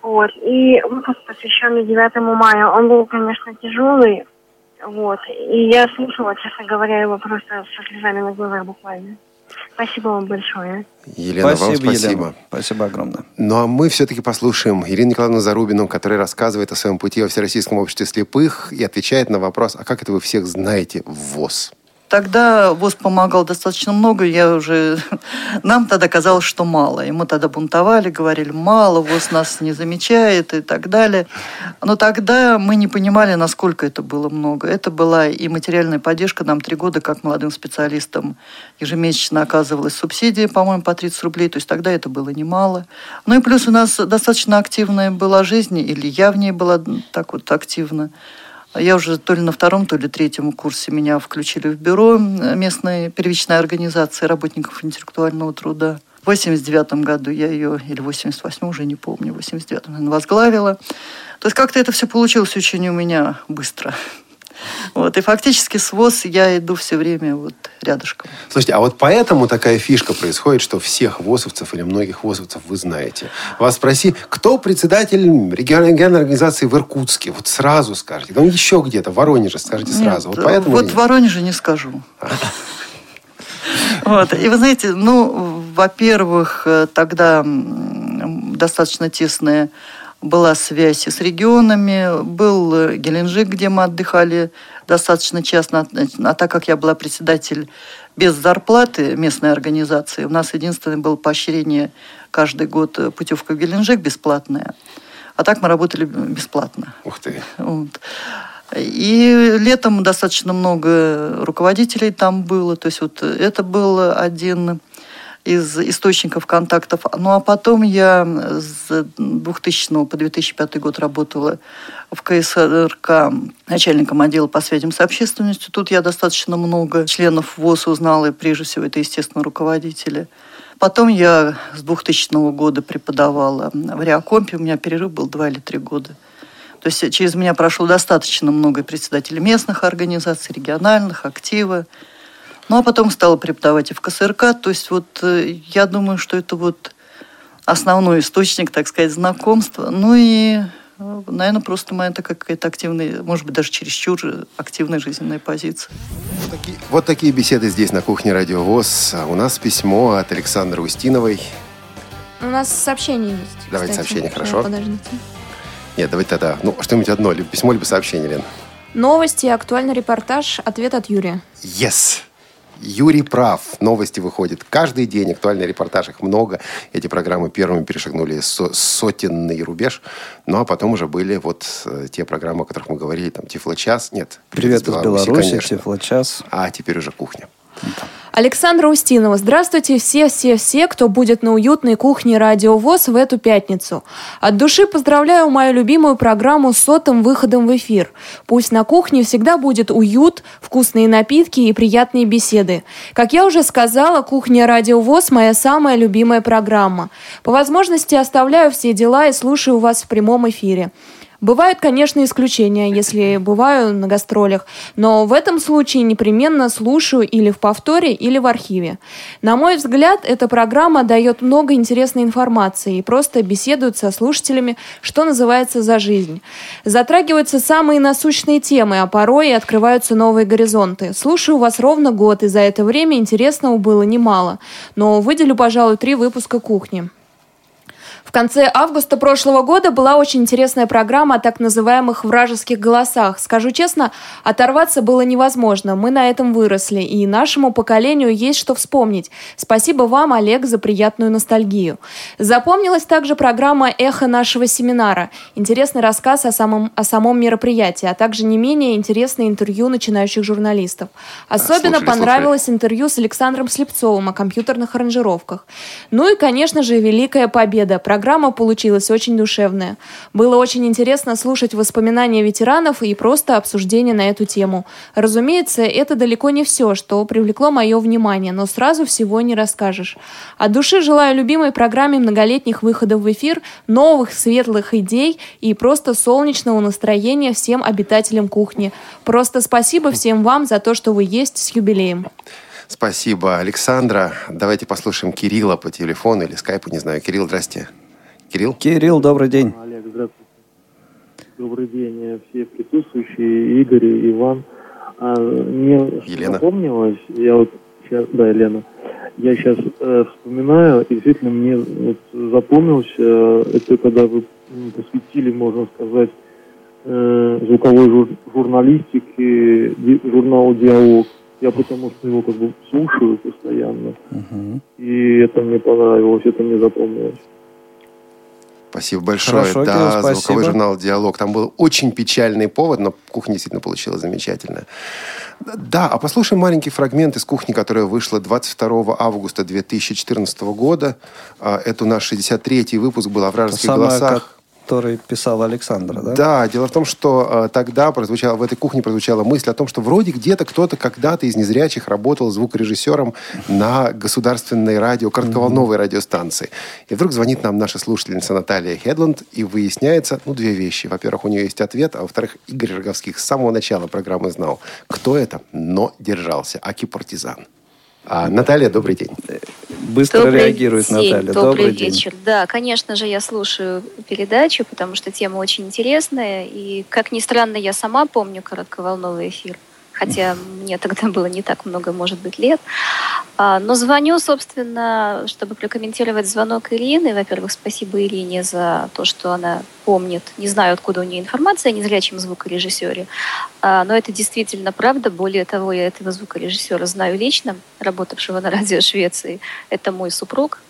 Вот. И выпуск, посвященный 9 мая, он был, конечно, тяжелый. Вот. И я слушала, честно говоря, его просто со слезами на глазах буквально. Спасибо вам большое. Елена, вам спасибо. Елена. Спасибо огромное. Ну, а мы все-таки послушаем Ирину Николаевну Зарубину, которая рассказывает о своем пути во Всероссийском обществе слепых и отвечает на вопрос, а как это вы всех знаете в ВОС? Тогда ВОС помогал достаточно много, нам тогда казалось, что мало. И мы тогда бунтовали, говорили, мало, ВОС нас не замечает и так далее. Но тогда мы не понимали, насколько это было много. Это была и материальная поддержка. Нам 3 года, как молодым специалистам, ежемесячно оказывалась субсидия, по-моему, по 30 рублей. То есть тогда это было немало. Ну и плюс у нас достаточно активная была жизнь, или я в ней была так вот активна. Я уже то ли на 2-м, то ли 3-м курсе меня включили в бюро местной первичной организации работников интеллектуального труда. В 89-м году я ее, или в 88-м, уже не помню, в 89-м, наверное, возглавила. То есть как-то это все получилось очень у меня быстро. Вот, и фактически с ВОС я иду все время вот рядышком. Слушайте, а вот поэтому такая фишка происходит, что всех ВОСовцев или многих ВОСовцев вы знаете. Вас спроси, кто председатель региональной организации в Иркутске? Вот сразу скажете. Ну, еще где-то, в Воронеже скажите сразу. Нет, вот в Воронеже не скажу. Вот. И вы знаете, во-первых, тогда достаточно тесная была связь с регионами, был Геленджик, где мы отдыхали достаточно часто. А так как я была председатель без зарплаты местной организации, у нас единственное было поощрение каждый год путевка в Геленджик бесплатная. А так мы работали бесплатно. Ух ты! Вот. И летом достаточно много руководителей там было. То есть вот это был один из источников контактов. Ну, а потом я с 2000 по 2005 год работала в КСРК начальником отдела по связям с общественностью. Тут я достаточно много членов ВОС узнала, и прежде всего это, естественно, руководители. Потом я с 2000 года преподавала в Реакомпе. У меня перерыв был 2 или 3 года. То есть через меня прошло достаточно много председателей местных организаций, региональных, актива. Ну, а потом стала преподавать и в КСРК. То есть вот я думаю, что это вот основной источник, так сказать, знакомства. Ну и, наверное, просто моя такая какая-то активная, может быть, даже чересчур активная жизненная позиция. Вот такие беседы здесь, на кухне Радио ВОС. У нас письмо от Александры Устиновой. У нас сообщение есть. Давайте сообщение, хорошо? Подождите. Нет, давайте тогда, что-нибудь одно, либо письмо, либо сообщение, Лен. Новости, актуальный репортаж, ответ от Юрия. Yes! Юрий прав. Новости выходят каждый день. Актуальный репортаж, их много. Эти программы первыми перешагнули сотенный рубеж. Ну, а потом уже были вот те программы, о которых мы говорили. Там «Тифло-час». Нет. «Привет из Беларуси», «Тифло-час». А теперь уже «Кухня». Александра Устинова. Здравствуйте все, кто будет на уютной кухне Радио ВОС в эту пятницу. От души поздравляю мою любимую программу с 100-м выходом в эфир. Пусть на кухне всегда будет уют, вкусные напитки и приятные беседы. Как я уже сказала, кухня Радио ВОС – моя самая любимая программа. По возможности оставляю все дела и слушаю вас в прямом эфире. Бывают, конечно, исключения, если бываю на гастролях, но в этом случае непременно слушаю или в повторе, или в архиве. На мой взгляд, эта программа дает много интересной информации и просто беседует со слушателями, что называется, за жизнь. Затрагиваются самые насущные темы, а порой и открываются новые горизонты. Слушаю вас ровно год, и за это время интересного было немало. Но выделю, пожалуй, 3 выпуска «Кухни». В конце августа прошлого года была очень интересная программа о так называемых вражеских голосах. Скажу честно, оторваться было невозможно. Мы на этом выросли, и нашему поколению есть что вспомнить. Спасибо вам, Олег, за приятную ностальгию. Запомнилась также программа «Эхо нашего семинара». Интересный рассказ о самом мероприятии, а также не менее интересное интервью начинающих журналистов. Особенно понравилось интервью с Александром Слепцовым о компьютерных аранжировках. Ну и, конечно же, «Великая победа». Программа получилась очень душевная. Было очень интересно слушать воспоминания ветеранов и просто обсуждения на эту тему. Разумеется, это далеко не все, что привлекло мое внимание, но сразу всего не расскажешь. От души желаю любимой программе многолетних выходов в эфир, новых светлых идей и просто солнечного настроения всем обитателям кухни. Просто спасибо всем вам за то, что вы есть, с юбилеем. Спасибо, Александра. Давайте послушаем Кирилла по телефону или скайпу, не знаю. Кирилл, здрасте. Кирилл? Кирилл, добрый день. Олег, Добрый день, все присутствующие, Игорь и Иван. Мне запомнилось, Елена. Я сейчас вспоминаю, и действительно мне запомнилось, это когда вы посвятили, можно сказать, звуковой журналистике, журналу «Диалог». Я потому что его слушаю постоянно. И это мне понравилось, это мне запомнилось. Спасибо большое. Хорошо, да, спасибо. Звуковой журнал «Диалог». Там был очень печальный повод, но кухня действительно получилась замечательная. Да, а послушаем маленький фрагмент из кухни, которая вышла 22 августа 2014 года. Это наш 63-й выпуск был о вражеских голосах. Который писал Александр, да? Да, дело в том, что тогда в этой кухне прозвучала мысль о том, что вроде где-то кто-то когда-то из незрячих работал звукорежиссером на государственной коротковолновой радиостанции. И вдруг звонит нам наша слушательница Наталья Хедланд, и выясняется, две вещи. Во-первых, у нее есть ответ, а во-вторых, Игорь Роговских с самого начала программы знал, кто это, но держался. Аки партизан. Наталья, добрый день. Быстро реагирует Наталья. Добрый вечер. Да, конечно же, я слушаю передачу, потому что тема очень интересная. И, как ни странно, я сама помню коротковолновый эфир. Хотя мне тогда было не так много, может быть, лет. Но звоню, собственно, чтобы прокомментировать звонок Ирины. Во-первых, спасибо Ирине за то, что она помнит. Не знаю, откуда у нее информация о незрячем звукорежиссере. Но это действительно правда. Более того, я этого звукорежиссера знаю лично, работавшего на радио Швеции. Это мой супруг.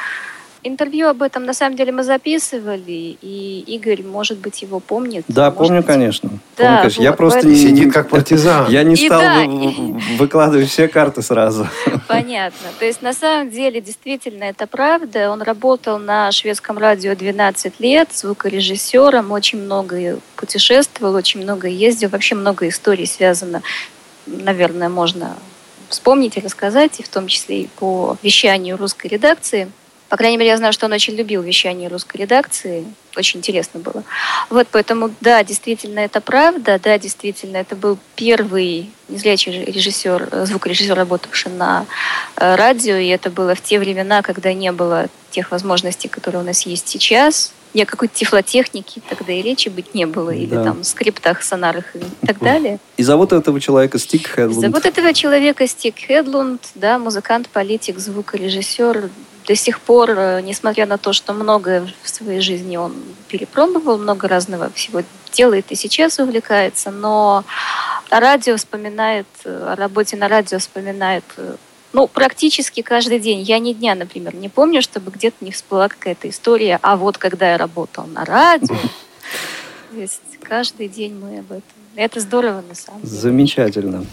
Интервью об этом, на самом деле, мы записывали, и Игорь, может быть, его помнит. Да, помню, конечно. Да, помню, я просто сидит как партизан. Я не стал выкладывать все карты сразу. Понятно. То есть, на самом деле, действительно, это правда. Он работал на шведском радио 12 лет, звукорежиссером, очень много путешествовал, очень много ездил. Вообще много историй связано, наверное, можно вспомнить и рассказать, и в том числе и по вещанию русской редакции. По крайней мере, я знаю, что он очень любил вещание русской редакции. Очень интересно было. Поэтому, да, действительно, это правда. Да, действительно, это был первый незрячий звукорежиссер, работавший на радио. И это было в те времена, когда не было тех возможностей, которые у нас есть сейчас. Ни о какой-то тифлотехнике тогда и речи быть не было. Или там скриптах, сонарах и так далее. И зовут этого человека Стик Хедлунд. Зовут этого человека Стик Хедлунд, да, музыкант, политик, звукорежиссер. До сих пор, несмотря на то, что многое в своей жизни он перепробовал, много разного всего делает и сейчас увлекается, но о радио вспоминает, о работе на радио вспоминает, практически каждый день. Я ни дня, например, не помню, чтобы где-то не всплыла какая-то история, а вот когда я работал на радио, то есть каждый день мы об этом. Это здорово, на самом деле. Замечательно.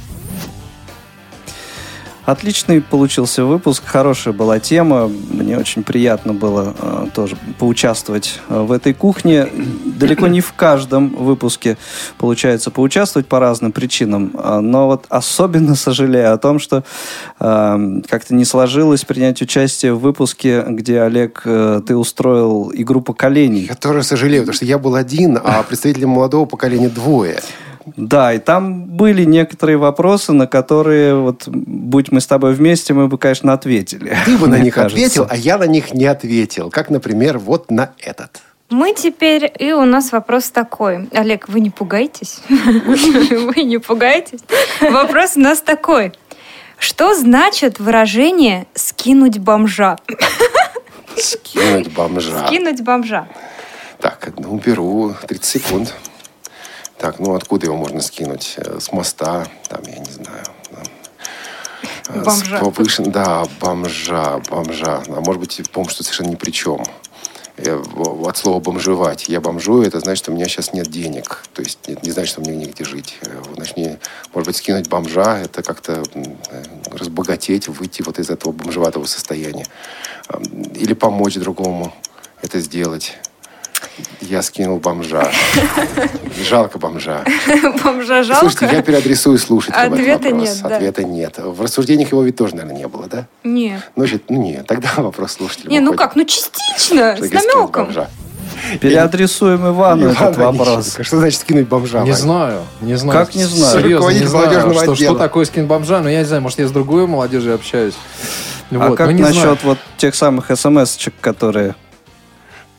Отличный получился выпуск, хорошая была тема. Мне очень приятно было тоже поучаствовать в этой кухне. Далеко не в каждом выпуске получается поучаствовать по разным причинам. Но особенно сожалею о том, что как-то не сложилось принять участие в выпуске, где, Олег, ты устроил игру поколений. Я тоже сожалею, потому что я был один, а представителей молодого поколения двое. Да, и там были некоторые вопросы, на которые, будь мы с тобой вместе, мы бы, конечно, ответили. Ты бы на них ответил, а я на них не ответил. Как, например, на этот. Мы теперь, и у нас вопрос такой. Олег, вы не пугайтесь? Вы не пугайтесь? Вопрос у нас такой. Что значит выражение «скинуть бомжа»? Скинуть бомжа. Скинуть бомжа. Так, беру 30 секунд. Так, откуда его можно скинуть? С моста, я не знаю. Бомжа. Бомжа. А может быть, помню, что совершенно ни при чем. От слова «бомжевать». Я бомжую, это значит, что у меня сейчас нет денег. То есть, не значит, что мне негде жить. Может быть, скинуть бомжа, это как-то разбогатеть, выйти из этого бомжеватого состояния. Или помочь другому это сделать. Я скинул бомжа. Жалко бомжа. Бомжа жалко? Слушайте, я переадресую слушателям этот вопрос. Нет, да. Ответа нет. В рассуждениях его ведь тоже, наверное, не было, да? Нет. Нет. Тогда вопрос слушателям. Частично, с намеком. Переадресуем Ивану этот вопрос. Что значит скинуть бомжа? Не знаю. Как не знаю? Серьезно, не знаю, что такое скинуть бомжа, но я не знаю, может, я с другой молодежью общаюсь. А как насчет тех самых смс-очек, которые...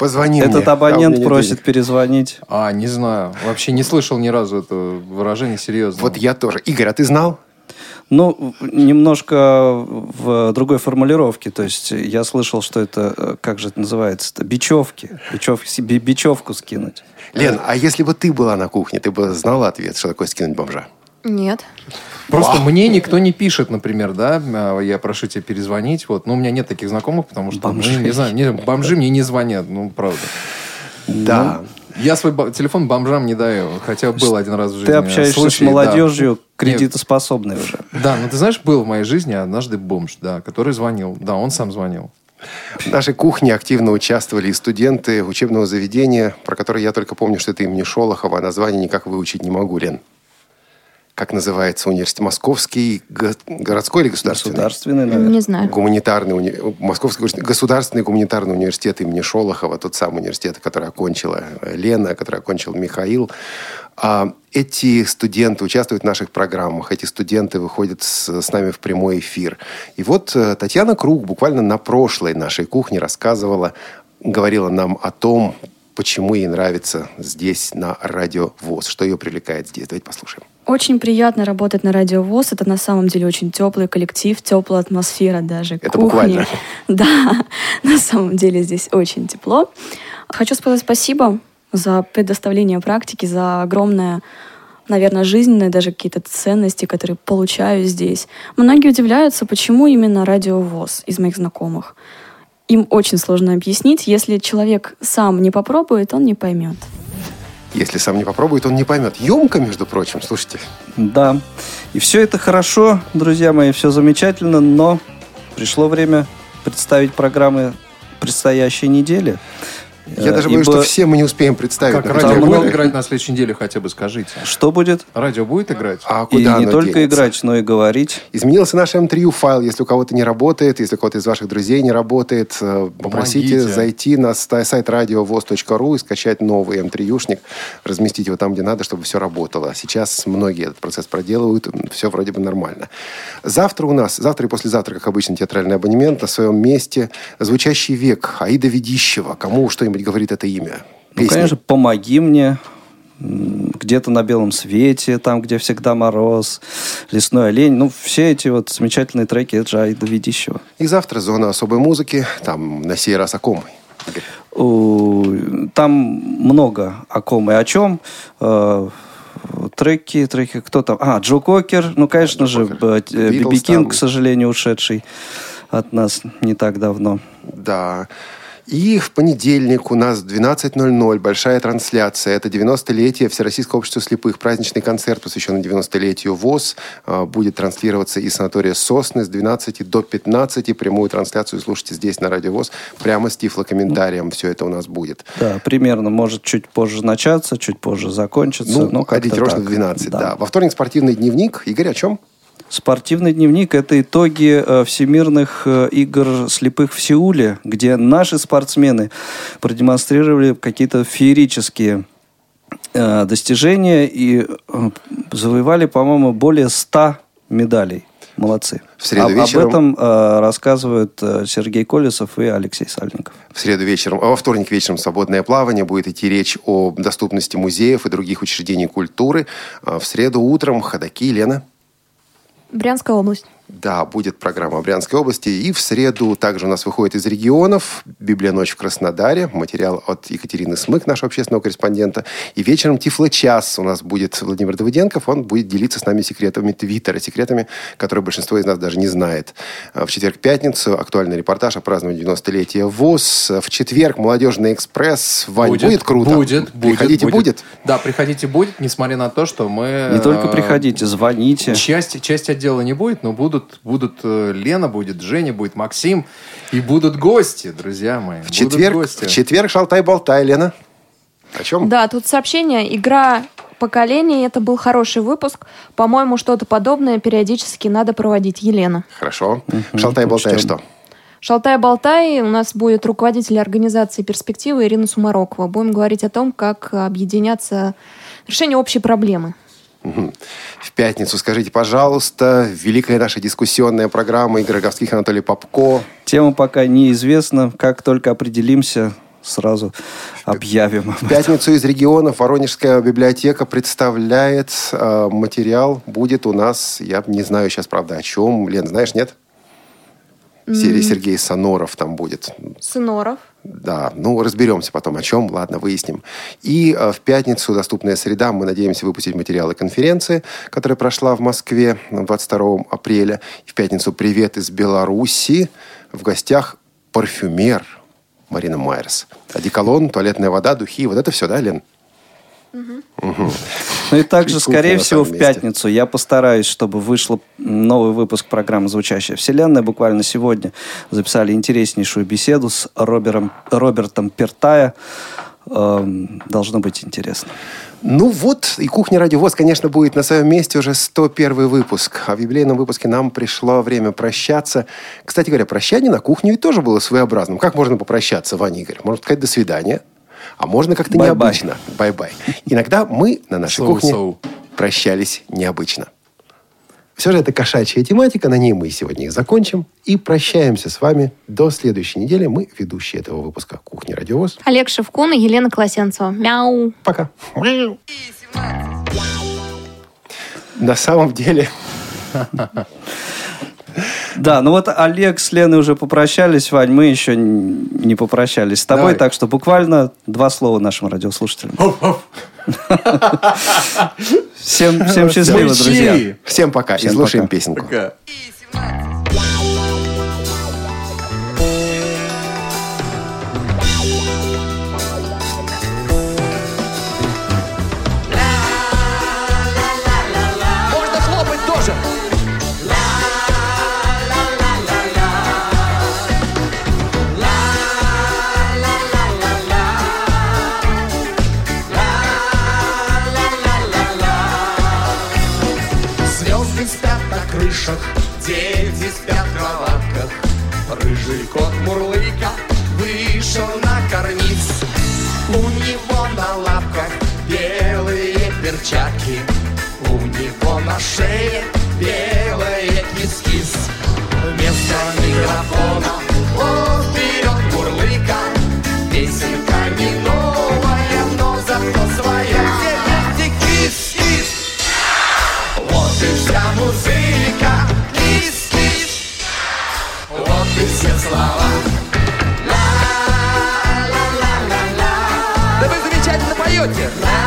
Позвони Этот мне. абонент просит перезвонить. Не знаю. Вообще не слышал ни разу это выражение серьезно. Вот я тоже. Игорь, а ты знал? Ну, немножко в другой формулировке. То есть я слышал, что это, как же это называется-то, бечевку скинуть. Лен, а если бы ты была на кухне, ты бы знала ответ, что такое скинуть бомжа? Нет. Просто мне никто не пишет, например, да, я прошу тебя перезвонить, вот, но у меня нет таких знакомых, потому что, бомжи. Не знаю, бомжи мне не звонят, правда. Да. Я свой телефон бомжам не даю, хотя был один раз в жизни. Ты общаешься с молодежью, кредитоспособной уже. Да, но ты знаешь, был в моей жизни однажды бомж, да, который звонил. Да, он сам звонил. В нашей кухне активно участвовали и студенты учебного заведения, про которое я только помню, что это имени Шолохова, а название никак выучить не могу, Лен. Как называется университет? Московский городской или государственный? Государственный, наверное. Не знаю. Московский государственный гуманитарный университет имени Шолохова, тот самый университет, который окончила Лена, который окончил Михаил. Эти студенты участвуют в наших программах, эти студенты выходят с нами в прямой эфир. И вот Татьяна Круг буквально на прошлой нашей кухне говорила нам о том, почему ей нравится здесь, на Радио ВОС, что ее привлекает здесь. Давайте послушаем. Очень приятно работать на Радио ВОС. Это на самом деле очень теплый коллектив, теплая атмосфера даже. Это кухни. Буквально. Да, на самом деле здесь очень тепло. Хочу сказать спасибо за предоставление практики, за огромное, наверное, жизненные даже какие-то ценности, которые получаю здесь. Многие удивляются, почему именно Радио ВОС из моих знакомых. Им очень сложно объяснить. Если человек сам не попробует, он не поймет. Если сам не попробует, он не поймет. Емко, между прочим, слушайте. Да. И все это хорошо, друзья мои, все замечательно, но пришло время представить программы предстоящей недели. Я даже боюсь, что все мы не успеем представить. Как радио будет играть на следующей неделе, хотя бы скажите. Что будет? Радио будет играть? А куда и не только денется? играть, но и говорить. Изменился наш M3U-файл. Если у кого-то не работает, если у кого-то из ваших друзей не работает, попросите зайти на сайт radiovoz.ru и скачать новый M3U-шник, разместить его там, где надо, чтобы все работало. Сейчас многие этот процесс проделывают, все вроде бы нормально. Завтра и послезавтра, как обычно, театральный абонемент на своем месте. «Звучащий век» Аида Ведищева. Кому что-нибудь говорит это имя? Ну, конечно, «Помоги мне», «Где-то на белом свете», там, где всегда мороз, «Лесной олень». Ну, все эти вот замечательные треки, это же Аида Ведищева. И завтра зона особой музыки. Там на сей раз о ком? Там много о ком и о чем. Треки, кто там? Джо Кокер, ну, конечно же, Би-Би Кинг, к сожалению, ушедший от нас не так давно. Да. И в понедельник у нас в 12:00 большая трансляция. Это 90-летие Всероссийского общества слепых. Праздничный концерт, посвященный 90-летию ВОС, будет транслироваться из санатория «Сосны» с 12 до 15. Прямую трансляцию слушайте здесь, на Радио ВОС, прямо с тифлокомментарием. Все это у нас будет. Да, примерно. Может чуть позже начаться, чуть позже закончиться. Ну, ходить ровно в 12, да. Во вторник спортивный дневник. Игорь, о чем? Спортивный дневник – это итоги всемирных игр слепых в Сеуле, где наши спортсмены продемонстрировали какие-то феерические достижения и завоевали, по-моему, более 100 медалей. Молодцы. В среду вечером... Об этом рассказывают Сергей Колесов и Алексей Сальников. В среду вечером, во вторник вечером «Свободное плавание». Будет идти речь о доступности музеев и других учреждений культуры. В среду утром ходаки. Лена? Брянская область. Да, будет программа о Брянской области. И в среду также у нас выходит из регионов «Библия-ночь» в Краснодаре. Материал от Екатерины Смык, нашего общественного корреспондента. И вечером «Тифло-час» у нас будет Владимир Давыденков. Он будет делиться с нами секретами Твиттера. Секретами, которые большинство из нас даже не знает. В четверг-пятницу актуальный репортаж о праздновании 90-летия ВОС. В четверг «Молодежный экспресс». Вань, будет круто? Будет. Приходите, будет? Да, приходите, будет. Несмотря на то, что мы... Не только приходите, звоните. Часть отдела не будет, но будут Лена, будет Женя, будет Максим. И будут гости, друзья мои. В четверг «Шалтай-болтай». Лена, о чем? Да, тут сообщение. Игра поколений. Это был хороший выпуск. По-моему, что-то подобное периодически надо проводить. Елена. Хорошо. «Шалтай-болтай» что? «Шалтай-болтай». У нас будет руководитель организации «Перспективы» Ирина Сумарокова. Будем говорить о том, как объединяться в решении общей проблемы. В пятницу, скажите, пожалуйста, великая наша дискуссионная программа Игорь Роговских, Анатолий Попко. Тема пока неизвестна. Как только определимся, сразу объявим. В пятницу из регионов Воронежская библиотека представляет материал. Будет у нас, я не знаю сейчас, правда, о чем. Лен, знаешь, нет? Сергей Соноров там будет. Соноров? Да, разберемся потом о чем, ладно, выясним. И в пятницу, доступная среда, мы надеемся выпустить материалы конференции, которая прошла в Москве 22 апреля. И в пятницу «Привет из Беларуси». В гостях парфюмер Марина Майерс. Одеколон, туалетная вода, духи. Вот это все, да, Лен? Угу. И также, скорее всего, в пятницу я постараюсь, чтобы вышел новый выпуск программы «Звучащая вселенная». Буквально сегодня записали интереснейшую беседу с Робертом Пертая. Должно быть интересно. И «Кухня Радио ВОС», конечно, будет на своем месте уже 101 выпуск. А в юбилейном выпуске нам пришло время прощаться. Кстати говоря, прощание на кухне ведь тоже было своеобразным. Как можно попрощаться, Ваня, Игорь? Можно сказать «до свидания», а можно как-то необычно. Бай-бай. Иногда мы на нашей кухне прощались необычно. Все же это кошачья тематика, на ней мы сегодня и закончим. И прощаемся с вами до следующей недели. Мы ведущие этого выпуска «Кухни Радио ВОС». Олег Шевкун и Елена Колосенцева. Мяу. Пока. На самом деле... Да, Олег с Леной уже попрощались, Вань, мы еще не попрощались с тобой, так что буквально 2 слова нашим радиослушателям. Всем счастливо, друзья. Всем пока. И слушаем песенку. Пока. Дети спят в кроватках. Рыжий кот Мурлыка вышел на карниз. У него на лапках белые перчатки, у него на шее белые кис-кис. Вместо микрофона вперед Мурлыка. Песенка не новая, но зато своя. Кис-кис. Вот и вся музыка. Кис-кис. Вот и все слова. Ла-ла-ла-ла-ла. Да вы замечательно поете.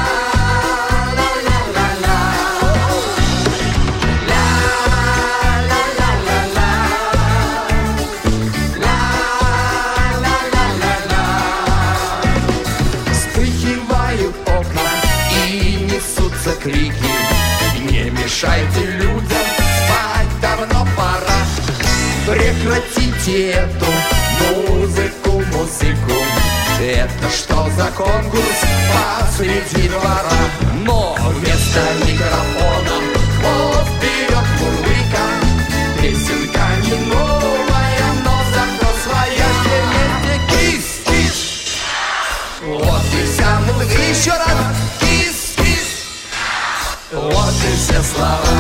Вспыхивают окна и несутся крики. Не мешайте людям, спать давно пора. Прекратите эту музыку. Это что за конкурс посреди двора? Но вместо микрофона вот вперед Мурлыка. Песенка не новая, но зато своя. Кис-кис. Вот и вся музыка. Еще раз. Кис-кис. Вот и все слова.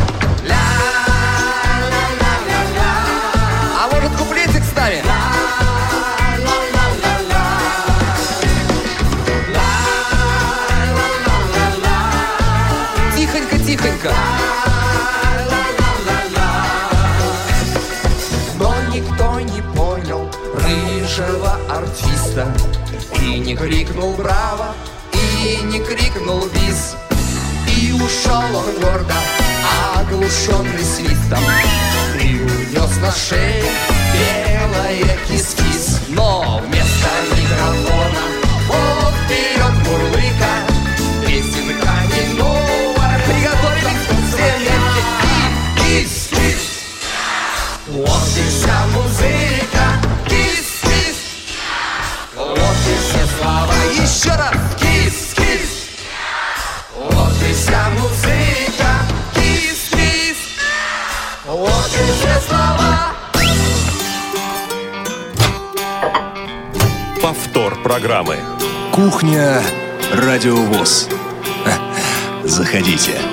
Ла-ла-ла-ла-ла. А может куплетик с нами? Тихонько. Но никто не понял рыжего артиста. И не крикнул браво, и не крикнул бис. И ушел он гордо, оглушенный свистом. И унес на шее белое кис-кис. Но вместо микрофона вот вперед Мурлыка. Песенка не новая. Приготовились все вместе. Кис-кис. Вот и вся музыка. Кис-кис. Вот и все слова. Еще раз. Кис-кис. Вот и вся музыка. Кис-кис. Вот и все слова. Повтор программы. Кухня Радио ВОС. Заходите.